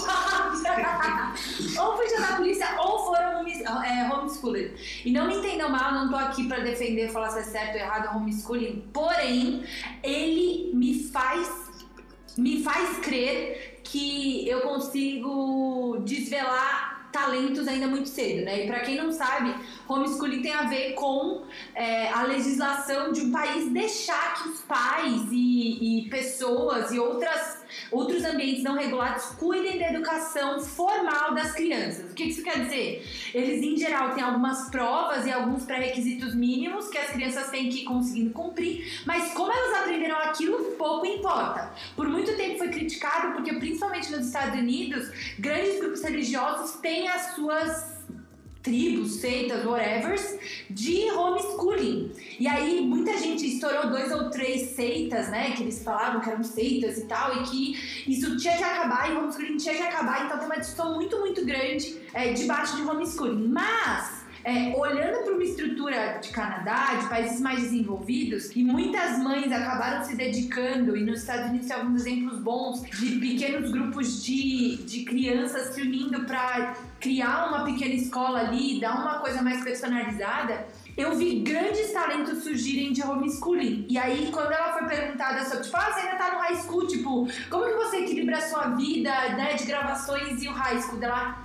da polícia, ou foram home, é, homeschooling. E não me entendam mal, não tô aqui pra defender, falar se é certo ou errado o homeschooling, porém, ele me faz, me faz crer que eu consigo desvelar talentos ainda muito cedo, né? E pra quem não sabe, homeschooling tem a ver com é, a legislação de um país deixar que os pais e, e pessoas e outras, outros ambientes não regulados cuidem da educação formal das crianças. O que isso quer dizer? Eles, em geral, têm algumas provas e alguns pré-requisitos mínimos que as crianças têm que ir conseguindo cumprir, mas como elas aprenderam aquilo, pouco importa. Por muito tempo foi criticado porque, principalmente nos Estados Unidos, grandes grupos religiosos têm as suas tribos, seitas, whatever, de homeschooling. E aí muita gente estourou dois ou três seitas, né, que eles falavam que eram seitas e tal, e que isso tinha que acabar, e o homeschooling tinha que acabar, então tem uma discussão muito, muito grande é, debaixo de homeschooling. Mas, é, olhando para uma estrutura de Canadá, de países mais desenvolvidos, e muitas mães acabaram se dedicando, e nos Estados Unidos tem alguns exemplos bons, de pequenos grupos de, de crianças se unindo para criar uma pequena escola ali, dar uma coisa mais personalizada, eu vi grandes talentos surgirem de homeschooling. E aí, quando ela foi perguntada sobre, tipo, ah, você ainda tá no high school, tipo, como que você equilibra a sua vida, né, de gravações e o high school dela?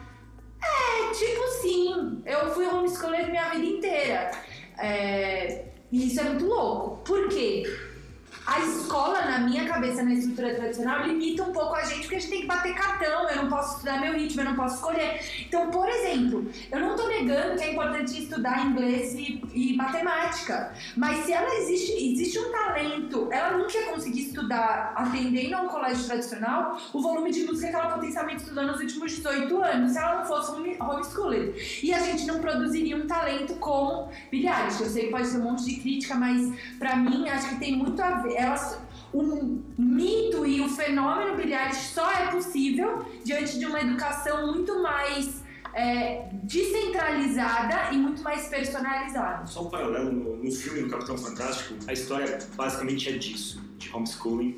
É, tipo, sim, eu fui homeschooler minha vida inteira. É, e isso é muito louco. Por quê? A escola, na minha cabeça, na estrutura tradicional, limita um pouco a gente, porque a gente tem que bater cartão, eu não posso estudar meu ritmo, eu não posso escolher. Então, por exemplo, eu não tô negando que é importante estudar inglês e, e matemática, mas se ela existe, existe um talento, ela nunca ia conseguir estudar atendendo a um colégio tradicional o volume de música que ela potencialmente estudou nos últimos dezoito anos, se ela não fosse home, homeschooler. E a gente não produziria um talento como Billie Eilish. Eu sei que pode ser um monte de crítica, mas pra mim, acho que tem muito a ver. Elas, o mito e o fenômeno Billie Eilish só é possível diante de uma educação muito mais é, descentralizada e muito mais personalizada. Só um paralelo, no, no filme do Capitão Fantástico, a história basicamente é disso, de homeschooling.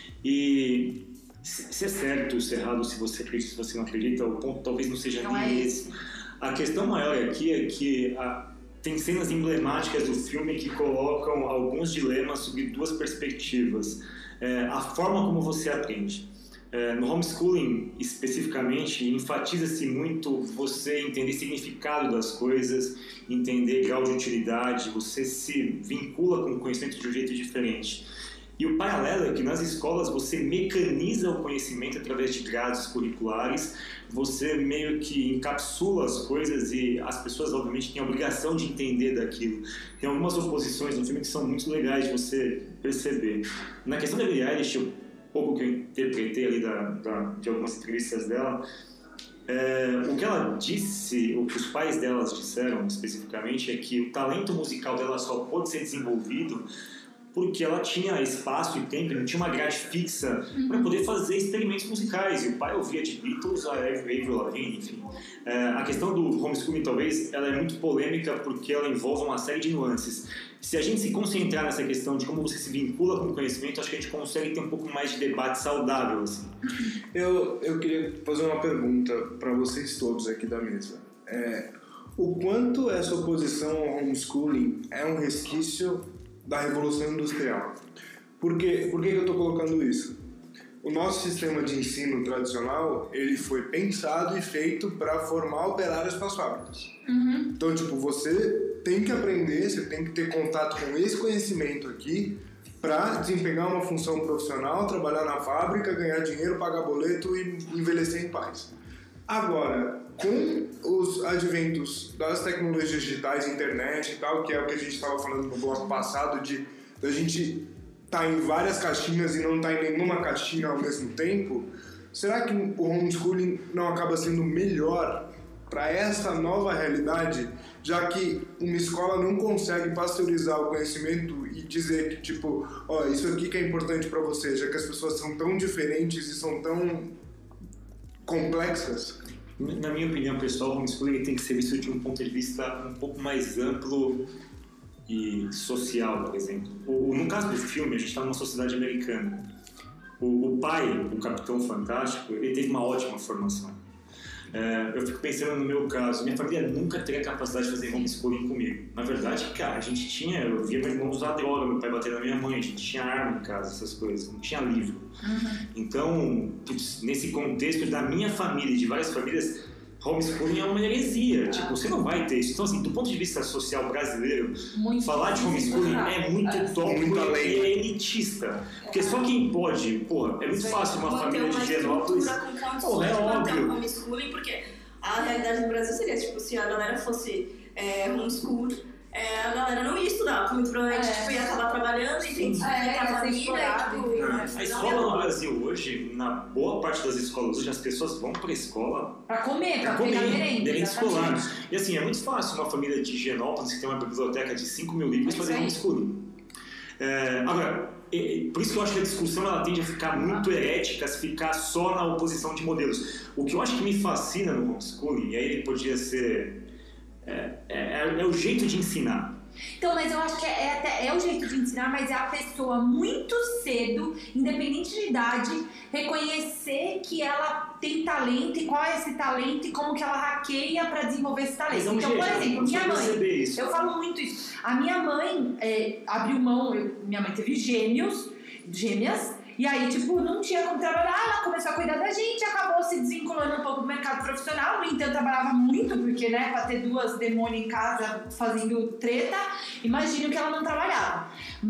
E se é certo, se é errado, se você acredita, se você não acredita, o ponto talvez não seja não nem é esse. A questão maior aqui é que a tem cenas emblemáticas do filme que colocam alguns dilemas sob duas perspectivas. É, a forma como você aprende. É, no homeschooling, especificamente, enfatiza-se muito você entender significado das coisas, entender grau de utilidade, você se vincula com o conhecimento de um jeito diferente. E o paralelo é que nas escolas você mecaniza o conhecimento através de grades curriculares, você meio que encapsula as coisas e as pessoas, obviamente, têm a obrigação de entender daquilo. Tem algumas oposições no filme que são muito legais de você perceber. Na questão da Billie Eilish, o pouco que eu interpretei ali da, da, de algumas entrevistas dela, é, o que ela disse, o que os pais delas disseram especificamente, é que o talento musical dela só pôde ser desenvolvido porque ela tinha espaço e tempo, não tinha uma grade fixa uhum. para poder fazer experimentos musicais. E o pai ouvia de Beatles a Avril Lavigne, enfim. É, a questão do homeschooling, talvez, ela é muito polêmica porque ela envolve uma série de nuances. Se a gente se concentrar nessa questão de como você se vincula com o conhecimento, acho que a gente consegue ter um pouco mais de debate saudável, assim. Eu, eu queria fazer uma pergunta para vocês todos aqui da mesa. É, o quanto essa oposição ao homeschooling é um resquício da Revolução Industrial? Por, quê? Por que eu estou colocando isso? O nosso sistema de ensino tradicional, ele foi pensado e feito para formar operários para as fábricas. Uhum. Então, tipo, você tem que aprender, você tem que ter contato com esse conhecimento aqui para desempenhar uma função profissional, trabalhar na fábrica, ganhar dinheiro, pagar boleto e envelhecer em paz. Agora, com os adventos das tecnologias digitais, internet e tal, que é o que a gente estava falando no bloco passado, de a gente tá em várias caixinhas e não tá em nenhuma caixinha ao mesmo tempo, será que o homeschooling não acaba sendo melhor para essa nova realidade, já que uma escola não consegue pasteurizar o conhecimento e dizer que, tipo, ó, isso aqui que é importante para você, já que as pessoas são tão diferentes e são tão complexas? Na minha opinião, pessoal, o homeschooling tem que ser visto de um ponto de vista um pouco mais amplo e social, por exemplo. O, no caso do filme, a gente está numa sociedade americana. O, o pai, o Capitão Fantástico, ele teve uma ótima formação. É, eu fico pensando no meu caso, minha família nunca teria capacidade de fazer homeschooling comigo. Na verdade, cara, a gente tinha, eu via meu irmão usar droga, meu pai bater na minha mãe, a gente tinha arma em casa, essas coisas, não tinha livro. Uhum. Então, putz, nesse contexto da minha família e de várias famílias, homeschooling é uma heresia, tipo, você não vai ter isso. Então, assim, do ponto de vista social brasileiro, muito falar de homeschooling é muito tópico e é elitista. Porque só quem pode, porra, é muito fácil uma família de Genópolis. Porra, é óbvio. Homeschooling, porque a realidade do Brasil seria, tipo, se a galera fosse é, homeschool, é, a galera não ia estudar, muito provavelmente é. tipo, ia acabar trabalhando e tem que é, a família. Tipo, a escola no Brasil hoje, na boa parte das escolas hoje, as pessoas vão para a escola para comer, para comer, merenda, merenda escolar. E assim, é muito fácil uma família de Genópolis que tem uma biblioteca de cinco mil livros fazer homeschooling. É, agora, é, por isso que eu acho que a discussão ela tende a ficar muito herética se ficar só na oposição de modelos. O que eu acho que me fascina no homeschooling, e aí ele podia ser... É, é, é o jeito de ensinar. Então, mas eu acho que é, é, até, é o jeito de ensinar, mas é a pessoa muito cedo, independente de idade, reconhecer que ela tem talento e qual é esse talento e como que ela hackeia para desenvolver esse talento. É um então, jeito, por exemplo, minha mãe, isso. eu falo muito isso. A minha mãe é, abriu mão, eu, minha mãe teve gêmeos, gêmeas, e aí, tipo, não tinha como trabalhar, ela começou a cuidar da gente, acabou se desvinculando um pouco do mercado profissional. No entanto, trabalhava muito, porque, né, pra ter duas demônios em casa fazendo treta, imagino que ela não trabalhava.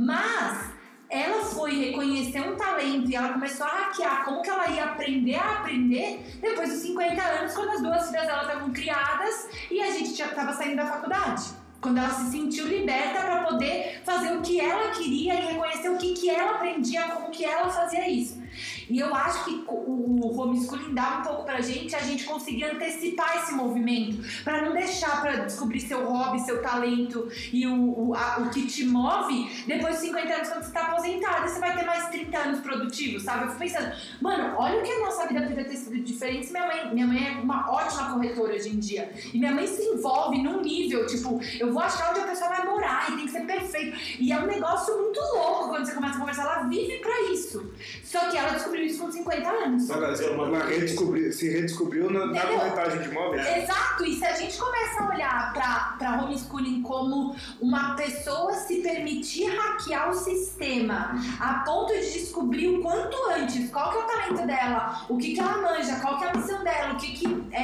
Mas ela foi reconhecer um talento e ela começou a hackear como que ela ia aprender a aprender depois dos cinquenta anos, quando as duas filhas dela estavam criadas e a gente já estava saindo da faculdade. Quando ela se sentiu liberta para poder fazer o que ela queria e reconhecer o que, que ela aprendia, como que ela fazia isso. E eu acho que o homeschooling dá um pouco pra gente, a gente conseguir antecipar esse movimento, para não deixar para descobrir seu hobby, seu talento e o, o, a, o que te move depois de cinquenta anos, quando você tá aposentada, você vai ter mais trinta anos produtivos, sabe? Eu fico pensando, mano, olha o que a nossa vida poderia ter sido diferente. Minha mãe, minha mãe é uma ótima corretora hoje em dia, e minha mãe se envolve num nível, tipo, eu vou achar onde a pessoa vai morar e tem que ser perfeito. E é um negócio muito louco quando você começa a conversar, ela vive pra isso. Só que ela descobriu isso com cinquenta anos. Ela redescobri, se redescobriu na, na corretagem de imóveis. Exato, e se a gente começa a olhar pra, pra homeschooling como uma pessoa se permitir hackear o sistema a ponto de descobrir o quanto antes qual que é o talento dela, o que que ela manja, qual que é a missão dela, o que que é,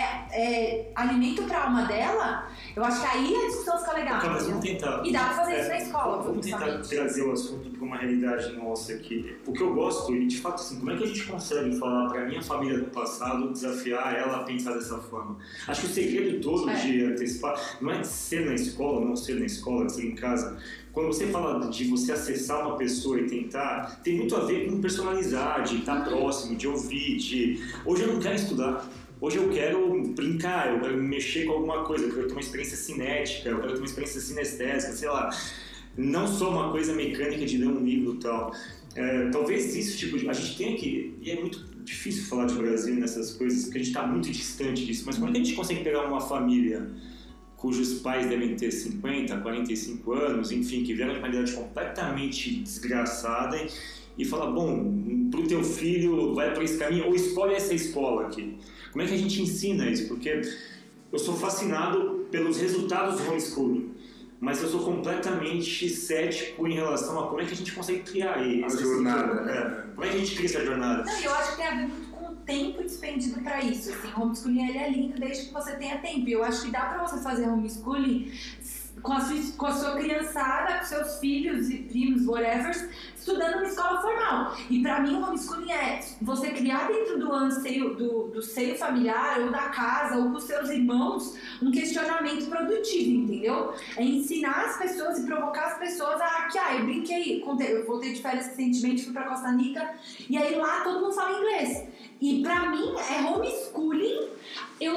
é alimento pra alma dela, eu acho que aí a discussão fica legal. Então, mas vamos tentar. E dá pra fazer é, isso na escola. Vamos tentar trazer o assunto para uma realidade nossa aqui. O que eu gosto, e de fato, assim, como é que a gente consegue falar para minha família do passado, desafiar ela a pensar dessa forma? Acho que o segredo todo é. de antecipar não é ser na escola, não ser na escola, ser em casa. Quando você fala de você acessar uma pessoa e tentar, tem muito a ver com personalizar, de estar próximo, de ouvir, de... Hoje eu não quero estudar. Hoje eu quero brincar, eu quero mexer com alguma coisa, eu quero ter uma experiência cinética, eu quero ter uma experiência sinestésica, sei lá. Não só uma coisa mecânica de ler um livro e tal. É, talvez isso, tipo, a gente tenha que... E é muito difícil falar de Brasil nessas coisas, porque a gente está muito distante disso. Mas como é que a gente consegue pegar uma família cujos pais devem ter cinquenta, quarenta e cinco anos, enfim, que vieram de uma idade completamente desgraçada e falar, bom, pro teu filho vai para esse caminho, ou escolhe essa escola aqui. Como é que a gente ensina isso? Porque eu sou fascinado pelos resultados do homeschooling, mas eu sou completamente cético em relação a como é que a gente consegue criar essa jornada. É, como é que a gente cria essa jornada? Não, eu acho que tem a ver muito com o tempo despendido para isso. Assim, o homeschooling ele é lindo desde que você tenha tempo. E eu acho que dá para você fazer homeschooling com a, sua, com a sua criançada, com seus filhos e primos, whatever, estudando numa escola formal. E pra mim o homeschooling é você criar dentro do anseio, do, do seio familiar ou da casa ou com seus irmãos um questionamento produtivo, entendeu? É ensinar as pessoas e provocar as pessoas a hackear. Eu brinquei, eu voltei de férias recentemente, fui pra Costa Rica e aí lá todo mundo fala inglês. E pra mim é homeschooling eu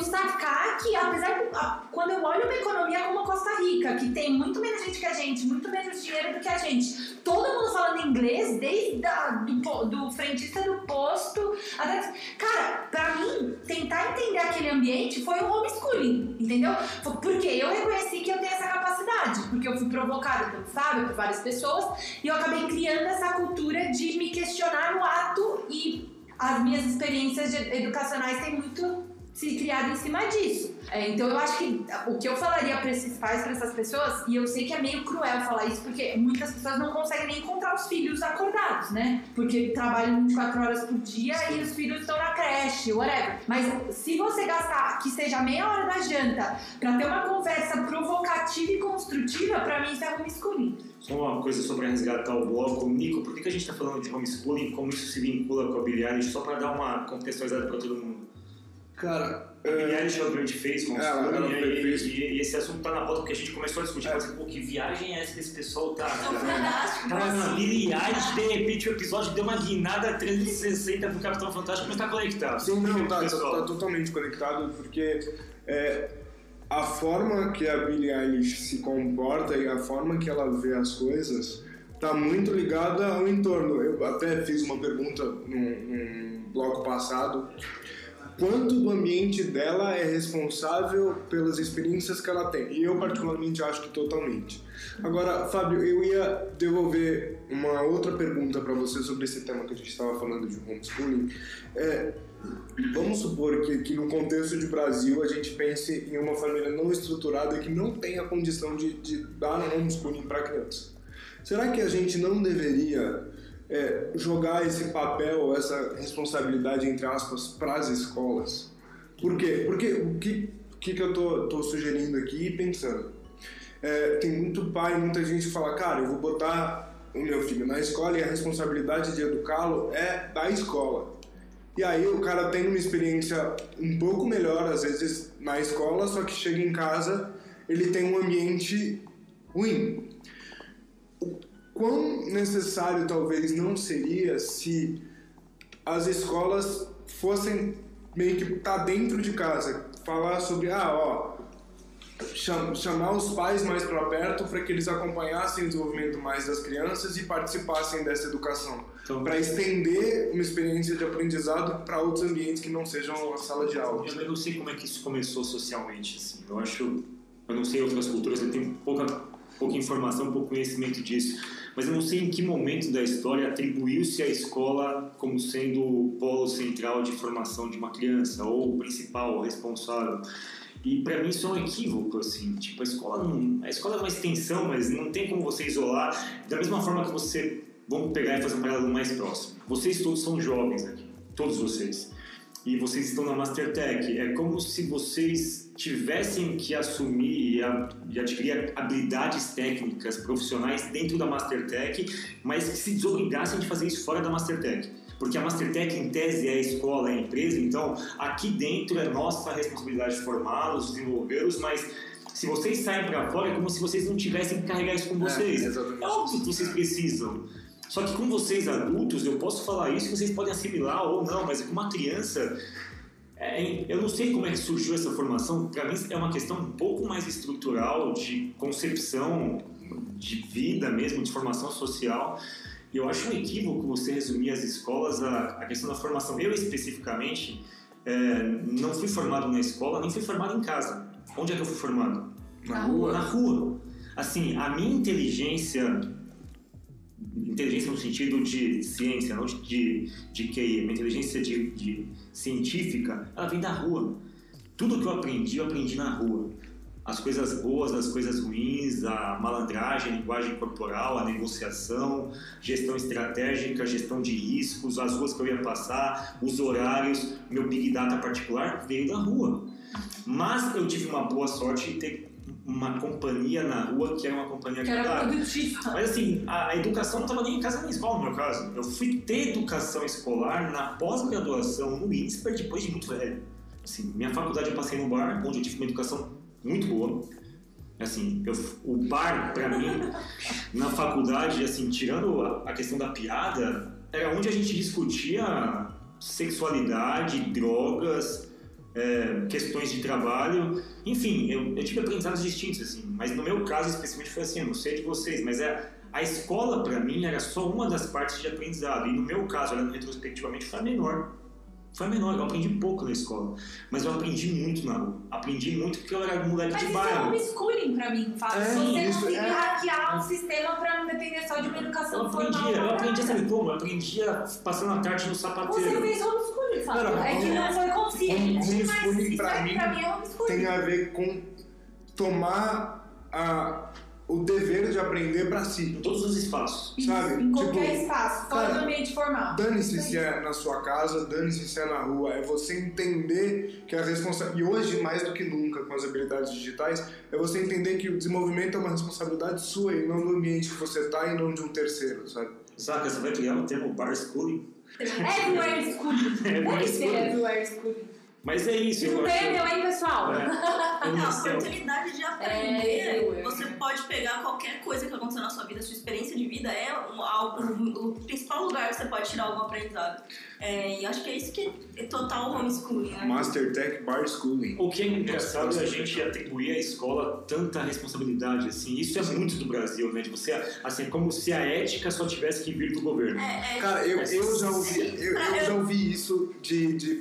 sacar que, apesar de, a, quando eu olho uma economia como a Costa Rica, que tem muito menos gente que a gente, muito menos dinheiro do que a gente, todo mundo falando inglês, desde a, do, do frentista do posto até... Cara, pra mim, tentar entender aquele ambiente foi um homeschooling, entendeu? Porque eu reconheci que eu tenho essa capacidade, porque eu fui provocada pelo Fábio, por várias pessoas, e eu acabei criando essa cultura de me questionar no ato, e as minhas experiências educacionais têm muito se criado em cima disso. É, então eu acho que o que eu falaria para esses pais, para essas pessoas, e eu sei que é meio cruel falar isso, porque muitas pessoas não conseguem nem encontrar os filhos acordados, né? Porque trabalham vinte e quatro horas por dia e os filhos estão na creche, whatever. Mas se você gastar que seja meia hora da janta para ter uma conversa provocativa e construtiva, para mim isso é homeschooling. Só uma coisa sobre resgatar o bloco. Nico, por que, que a gente está falando de homeschooling, como isso se vincula com a Billie Eilish, só para dar uma contextualizada para todo mundo? Cara, a Billie Eilish obviamente fez homeschooling, ela, ela e, fez. E, e esse assunto tá na pauta porque a gente começou a discutir, mas pô, que viagem é essa que esse pessoal tá? Fantástico. Tá na Billie Eilish, de repente o episódio deu uma guinada trezentos e sessenta pro Capitão Fantástico, mas tá conectado. Sim, não, tá, tá, tá totalmente conectado, porque é, a forma que a Billie Eilish se comporta e a forma que ela vê as coisas tá muito ligada ao entorno. Eu até fiz uma pergunta num, num bloco passado. Quanto do ambiente dela é responsável pelas experiências que ela tem? E eu particularmente acho que totalmente. Agora, Fábio, eu ia devolver uma outra pergunta para você sobre esse tema que a gente estava falando de homeschooling. É, vamos supor que, que no contexto de Brasil a gente pense em uma família não estruturada que não tem a condição de, de dar um homeschooling para a criança. Será que a gente não deveria... É, jogar esse papel, essa responsabilidade, entre aspas, para as escolas? Por quê? Porque o que, que, que eu tô, tô sugerindo aqui e pensando? É, tem muito pai, muita gente que fala, cara, eu vou botar o meu filho na escola e a responsabilidade de educá-lo é da escola. E aí o cara tem uma experiência um pouco melhor, às vezes, na escola, só que chega em casa, ele tem um ambiente ruim. Quão necessário talvez não seria se as escolas fossem meio que estar tá dentro de casa, falar sobre, ah, ó, cham- chamar os pais mais para perto para que eles acompanhassem o desenvolvimento mais das crianças e participassem dessa educação, então, para estender uma experiência de aprendizado para outros ambientes que não sejam a sala de aula. Eu não sei como é que isso começou socialmente, assim. Eu acho, eu não sei outras culturas, eu tenho pouca, pouca informação, pouco conhecimento disso. Mas eu não sei em que momento da história atribuiu-se à escola como sendo o polo central de formação de uma criança, ou o principal, o responsável. E para mim isso é um equívoco, assim, tipo, a escola não, a escola é uma extensão, mas não tem como você isolar, da mesma forma que você, vamos pegar e fazer um paralelo mais próximo. Vocês todos são jovens aqui, todos vocês. E vocês estão na Mastertech. É como se vocês tivessem que assumir e adquirir habilidades técnicas profissionais dentro da Mastertech, mas que se desobrigassem de fazer isso fora da Mastertech. Porque a Mastertech, em tese, é a escola, é a empresa, então aqui dentro é nossa responsabilidade formá-los, desenvolvê-los, mas se vocês saem para fora é como se vocês não tivessem que carregar isso com vocês. É, é óbvio que vocês precisam. Só que com vocês adultos, eu posso falar isso, vocês podem assimilar ou não, mas com uma criança, é, eu não sei como é que surgiu essa formação, para mim é uma questão um pouco mais estrutural, de concepção de vida mesmo, de formação social. E eu acho um equívoco você resumir as escolas à, à questão da formação. Eu, especificamente, é, não fui formado na escola, nem fui formado em casa. Onde é que eu fui formado? Na rua? Na rua. Assim, a minha inteligência... inteligência no sentido de ciência, não de, de Q I, minha inteligência de, de científica, ela vem da rua. Tudo que eu aprendi, eu aprendi na rua. As coisas boas, as coisas ruins, a malandragem, a linguagem corporal, a negociação, gestão estratégica, gestão de riscos, as ruas que eu ia passar, os horários, meu Big Data particular veio da rua. Mas eu tive uma boa sorte de ter uma companhia na rua que era uma companhia que era produtiva. Mas assim, a, a educação não estava nem em casa nem em escola, no meu caso. Eu fui ter educação escolar na pós-graduação no INSPER depois de muito velho. Assim, minha faculdade eu passei no bar, onde eu tive uma educação muito boa. Assim, eu, o bar, pra mim, na faculdade, assim, tirando a, a questão da piada, era onde a gente discutia sexualidade, drogas, é, questões de trabalho. Enfim, eu, eu tive aprendizados distintos, assim, mas no meu caso especificamente foi assim, eu não sei de vocês, mas é, a escola para mim era só uma das partes de aprendizado, e no meu caso, olhando retrospectivamente, foi a menor. Foi a menor, eu aprendi pouco na escola, mas eu aprendi muito na rua. Aprendi muito porque eu era moleque Mas de isso bairro. é homeschooling pra mim, Fábio. É, Você isso conseguir é. hackear um sistema pra não depender só de uma Eu educação aprendi, formal. eu aprendi, sabe como? Eu aprendi a passar a tarde no Você sapateiro. fez homeschooling, Fábio. Não, não, É que não foi consciente, mas homeschooling isso pra é, mim pra mim é homeschooling. Tem a ver com tomar a, o dever de aprender pra si. Em todos os espaços. Isso, sabe? em qualquer Tipo, espaço, fora cara, do ambiente formal. Dane-se se é na sua casa, dane-se se é na rua. É você entender que a responsabilidade... E hoje, mais do que nunca, com as habilidades digitais, é você entender que o desenvolvimento é uma responsabilidade sua e não do ambiente que você tá e não de um terceiro, sabe? Saca, você vai criar o termo bar schooling. Everywhere schooling. Deve ser everywhere schooling. Mas é isso, eu acho. Entendeu, hein, pessoal? É. A oportunidade de aprender, É, você pode pegar qualquer coisa que aconteceu na sua vida, sua experiência de vida é um, algo, o principal lugar que você pode tirar algum aprendizado. É, e acho que é isso que é total homeschooling, né? Master Tech Bar Schooling. O que é engraçado é a gente atribuir à escola tanta responsabilidade, assim. Isso é muito do Brasil, né? De você, assim, como se a ética só tivesse que vir do governo. É, é, Cara, eu, eu, já, ouvi, sim, eu, pra- eu já ouvi isso de, de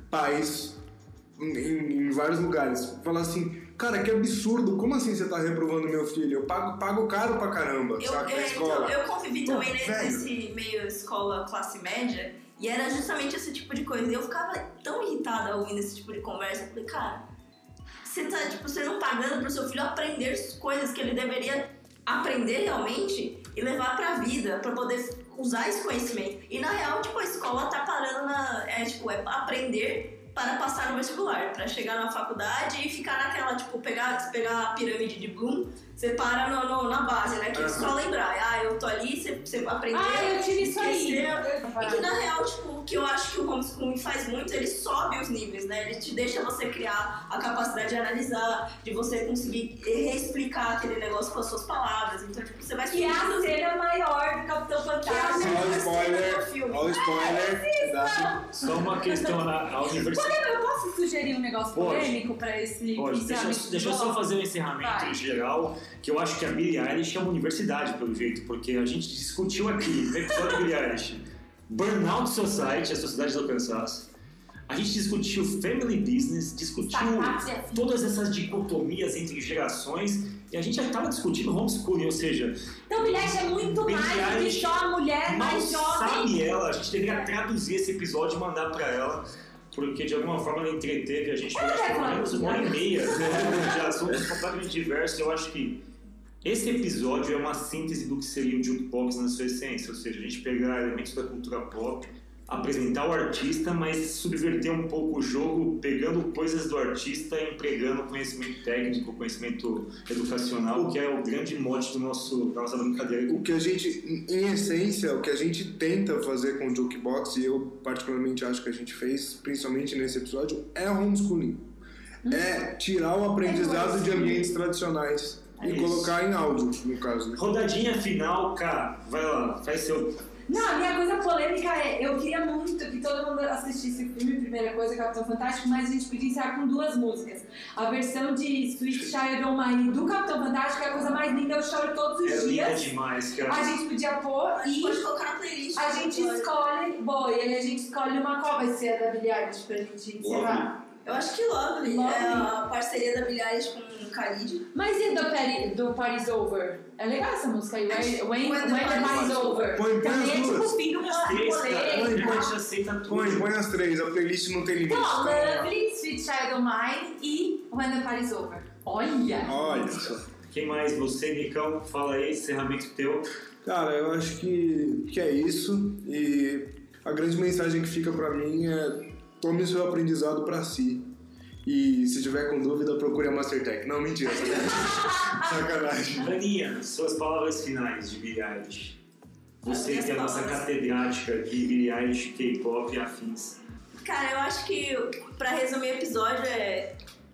pais em, em vários lugares. Falar assim, cara, que absurdo, como assim você tá reprovando meu filho? Eu pago, pago caro pra caramba, Eu, sabe, na é, escola. então, eu convivi Pô, também nesse, velho. nesse meio escola classe média e era justamente esse tipo de coisa. E eu ficava tão irritada ouvindo esse tipo de conversa. Eu falei, cara, você tá, tipo, você não pagando pro seu filho aprender coisas que ele deveria aprender realmente e levar pra vida, pra poder usar esse conhecimento. E na real, tipo, a escola tá parando na... É, tipo, é aprender para passar no vestibular, para chegar na faculdade e ficar naquela, tipo, pegar, pegar a pirâmide de Bloom, você para no, no, na base, né? Que é só lembrar, ah, eu tô ali, você, você aprendeu. Ah, eu tive isso aí. esqueceu. E que na real, tipo, o que eu acho que o homeschooling faz muito, ele sobe os níveis, né? Ele te deixa você criar a capacidade de analisar, de você conseguir reexplicar aquele negócio com as suas palavras. Então, tipo, você vai Que é a cena maior do Capitão Fantástico. Olha o spoiler, filme. olha o spoiler. dá- Só uma questão, na a universidade... Pode- Eu posso sugerir um negócio Pode. polêmico pra esse Pode, deixa, encerramento? deixa eu só fazer um encerramento Vai. geral, que eu acho que a Billie Eilish é uma universidade, pelo jeito, porque a gente discutiu aqui, no episódio da Billie Eilish, Burnout Society, a sociedade do cansaço. A gente discutiu Family Business, discutiu Sapatos e afins. todas essas dicotomias entre gerações, e a gente já estava discutindo homeschooling, ou seja, Então, Billie Eilish é muito Billie mais do que Eilish só a mulher mal mais jovem. sabe ela, a gente deveria traduzir esse episódio e mandar pra ela, porque de alguma forma ela entreteve a gente Ela durante é pelo menos uma hora e maravilhosa. meia né, de assuntos completamente diversos. Eu acho que esse episódio é uma síntese do que seria o jukebox na sua essência, ou seja, a gente pegar elementos da cultura pop, apresentar o artista, mas subverter um pouco o jogo, pegando coisas do artista e empregando conhecimento técnico, conhecimento educacional, que é o grande mote do nosso, da nossa brincadeira. O que a gente, em essência, o que a gente tenta fazer com o Jukebox, e eu particularmente acho que a gente fez, principalmente nesse episódio, é homeschooling. É tirar o aprendizado de ambientes tradicionais É e isso. colocar em áudio, no caso. Rodadinha final, cara, vai lá, faz seu... Não, a minha coisa polêmica é, eu queria muito que todo mundo assistisse o filme, primeira coisa, Capitão Fantástico, mas a gente podia encerrar com duas músicas. A versão de Sweet Child O' Mine do Capitão Fantástico é a coisa mais linda, eu choro todos os É linda dias. demais, cara. A gente podia pôr A gente e pode colocar na playlist. a gente Pode. escolhe, boa, e aí a gente escolhe uma qual vai ser a da Billie Eilish pra gente encerrar. Eu acho que Lovely, Lovely. é a parceria da Billie Eilish com o Khalid. Mas e do, Peri, do Party's Over? É legal essa música aí, When, when, When the when the Party's Party's Over. Põe- põe Também as é tipo duas. o fim do As três, cara, rolê a e gente tal. aceita tudo. Põe, põe as três, a playlist não tem limite. Então, tá? Lovely, Sweet Child O' Mine e When the Party's Over. Olha! Olha só. Quem mais? Você, Nicão, fala aí, encerramento teu. Cara, eu acho que, que é isso. E a grande mensagem que fica pra mim é: tome o seu aprendizado pra si. E se tiver com dúvida, procure a Mastertech. Não, mentira. Sacanagem. Aninha, suas palavras finais de Billie Eilish. Você Minhas que é a nossa palavras. catedrática de Billie Eilish, K-pop e afins. Cara, eu acho que, pra resumir o episódio, é...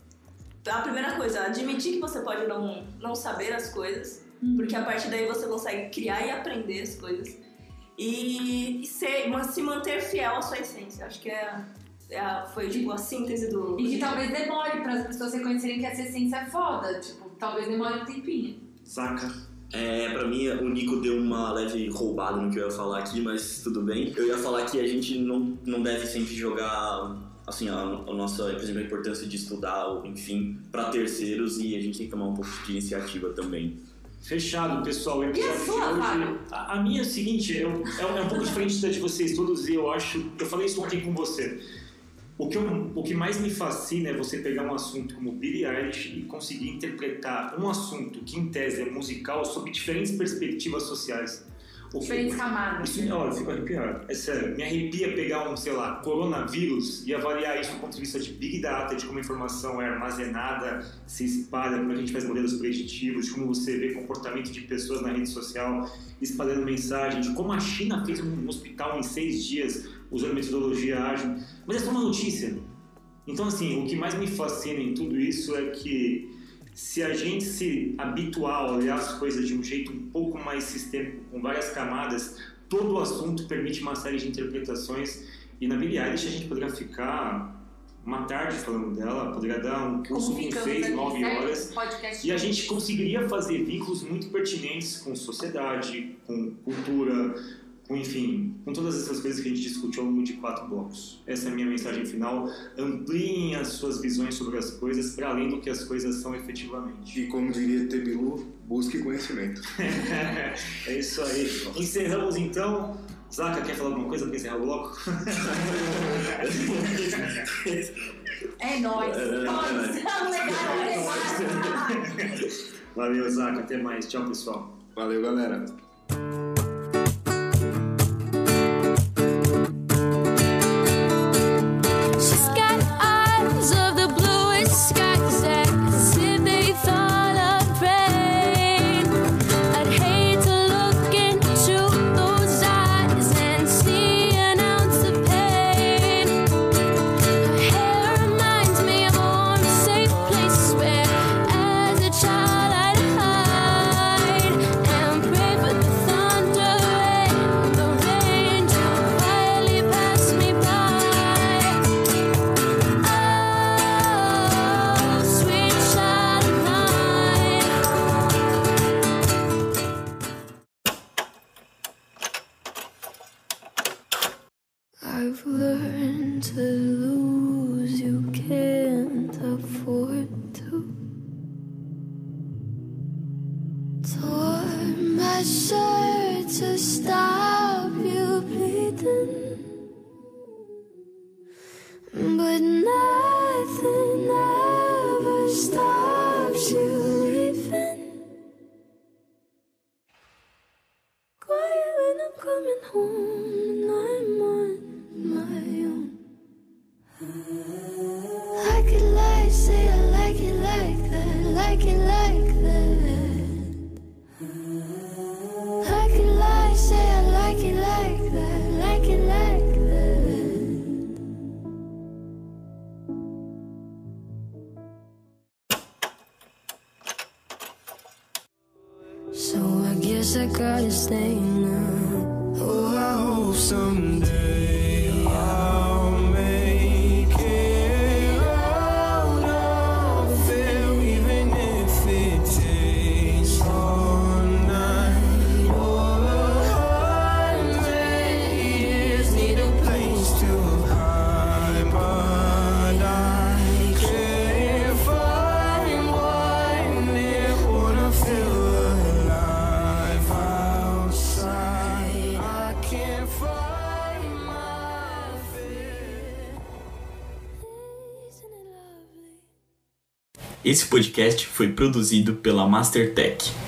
A primeira coisa, admitir que você pode não, não saber as coisas, porque a partir daí você consegue criar e aprender as coisas. E, e ser, mas se manter fiel à sua essência. Acho que é É, foi tipo a síntese do... E que talvez demore para as pessoas reconhecerem que essa essência é foda. Tipo, talvez demore um tempinho. Saca? É, pra mim, o Nico deu uma leve roubada no que eu ia falar aqui, mas tudo bem. Eu ia falar que a gente não, não deve sempre jogar, assim, a, a nossa, por exemplo, a importância de estudar, enfim, pra terceiros, e a gente tem que tomar um pouco de iniciativa também. Fechado, pessoal. O episódio E a sua, de hoje... Fábio? A, a minha é o seguinte, eu, é, é um pouco diferente da de vocês todos, e eu acho... Eu falei isso ontem com você. O que, eu, o que mais me fascina é você pegar um assunto como Billie Eilish e conseguir interpretar um assunto que, em tese, é musical sob diferentes perspectivas sociais. O que, Diferentes camadas. isso, olha, eu fico arrepiado. É sério, me arrepia pegar um, sei lá, coronavírus e avaliar isso do ponto de vista de Big Data, de como a informação é armazenada, se espalha, como a gente faz modelos preditivos, de como você vê comportamento de pessoas na rede social espalhando mensagem, de como a China fez um hospital em seis dias usando metodologia ágil. Mas é só uma notícia. Então, assim, o que mais me fascina em tudo isso é que se a gente se habituar a olhar as coisas de um jeito um pouco mais sistêmico, com várias camadas, todo o assunto permite uma série de interpretações. E na Billie Eilish a gente poderia ficar uma tarde falando dela, poderia dar um curso com seis, nove horas. E a gente conseguiria fazer vínculos muito pertinentes com sociedade, com cultura, com, enfim, com todas essas coisas que a gente discutiu ao longo de quatro blocos. Essa é a minha mensagem final. Ampliem as suas visões sobre as coisas para além do que as coisas são efetivamente. E como diria Tebilu, busque conhecimento. É isso aí. Encerramos então. Zaca, quer falar alguma coisa para encerrar o bloco? É nóis. Nós são legais. Valeu, Zaca. Até mais. Tchau, pessoal. Valeu, galera. She's got eyes of the bluest skies as if they thought of rain. I'd hate to look into those eyes and see an ounce of pain. Her hair reminds me of a warm, safe place where, as a child, I'd hide and pray for the thunder and the rain to quietly pass me by. Oh, sweet child of mine. I've learned to lose, you can't afford to. Tore my shirt to stop you bleeding, but nothing ever stops you leaving. Quiet when I'm coming home and I'm on my own. I could lie, say I like it like that, like it like that. I could lie, say I like it like that, like it like that. So I guess I gotta stay now. Oh, I hope someday I'll make it out of there, even if it takes all night or a hundred years. Need a place to hide, but I can't find one near. Wanna feel alive outside. I can't find my fear. Isn't it lovely? Esse podcast foi produzido pela Mastertech.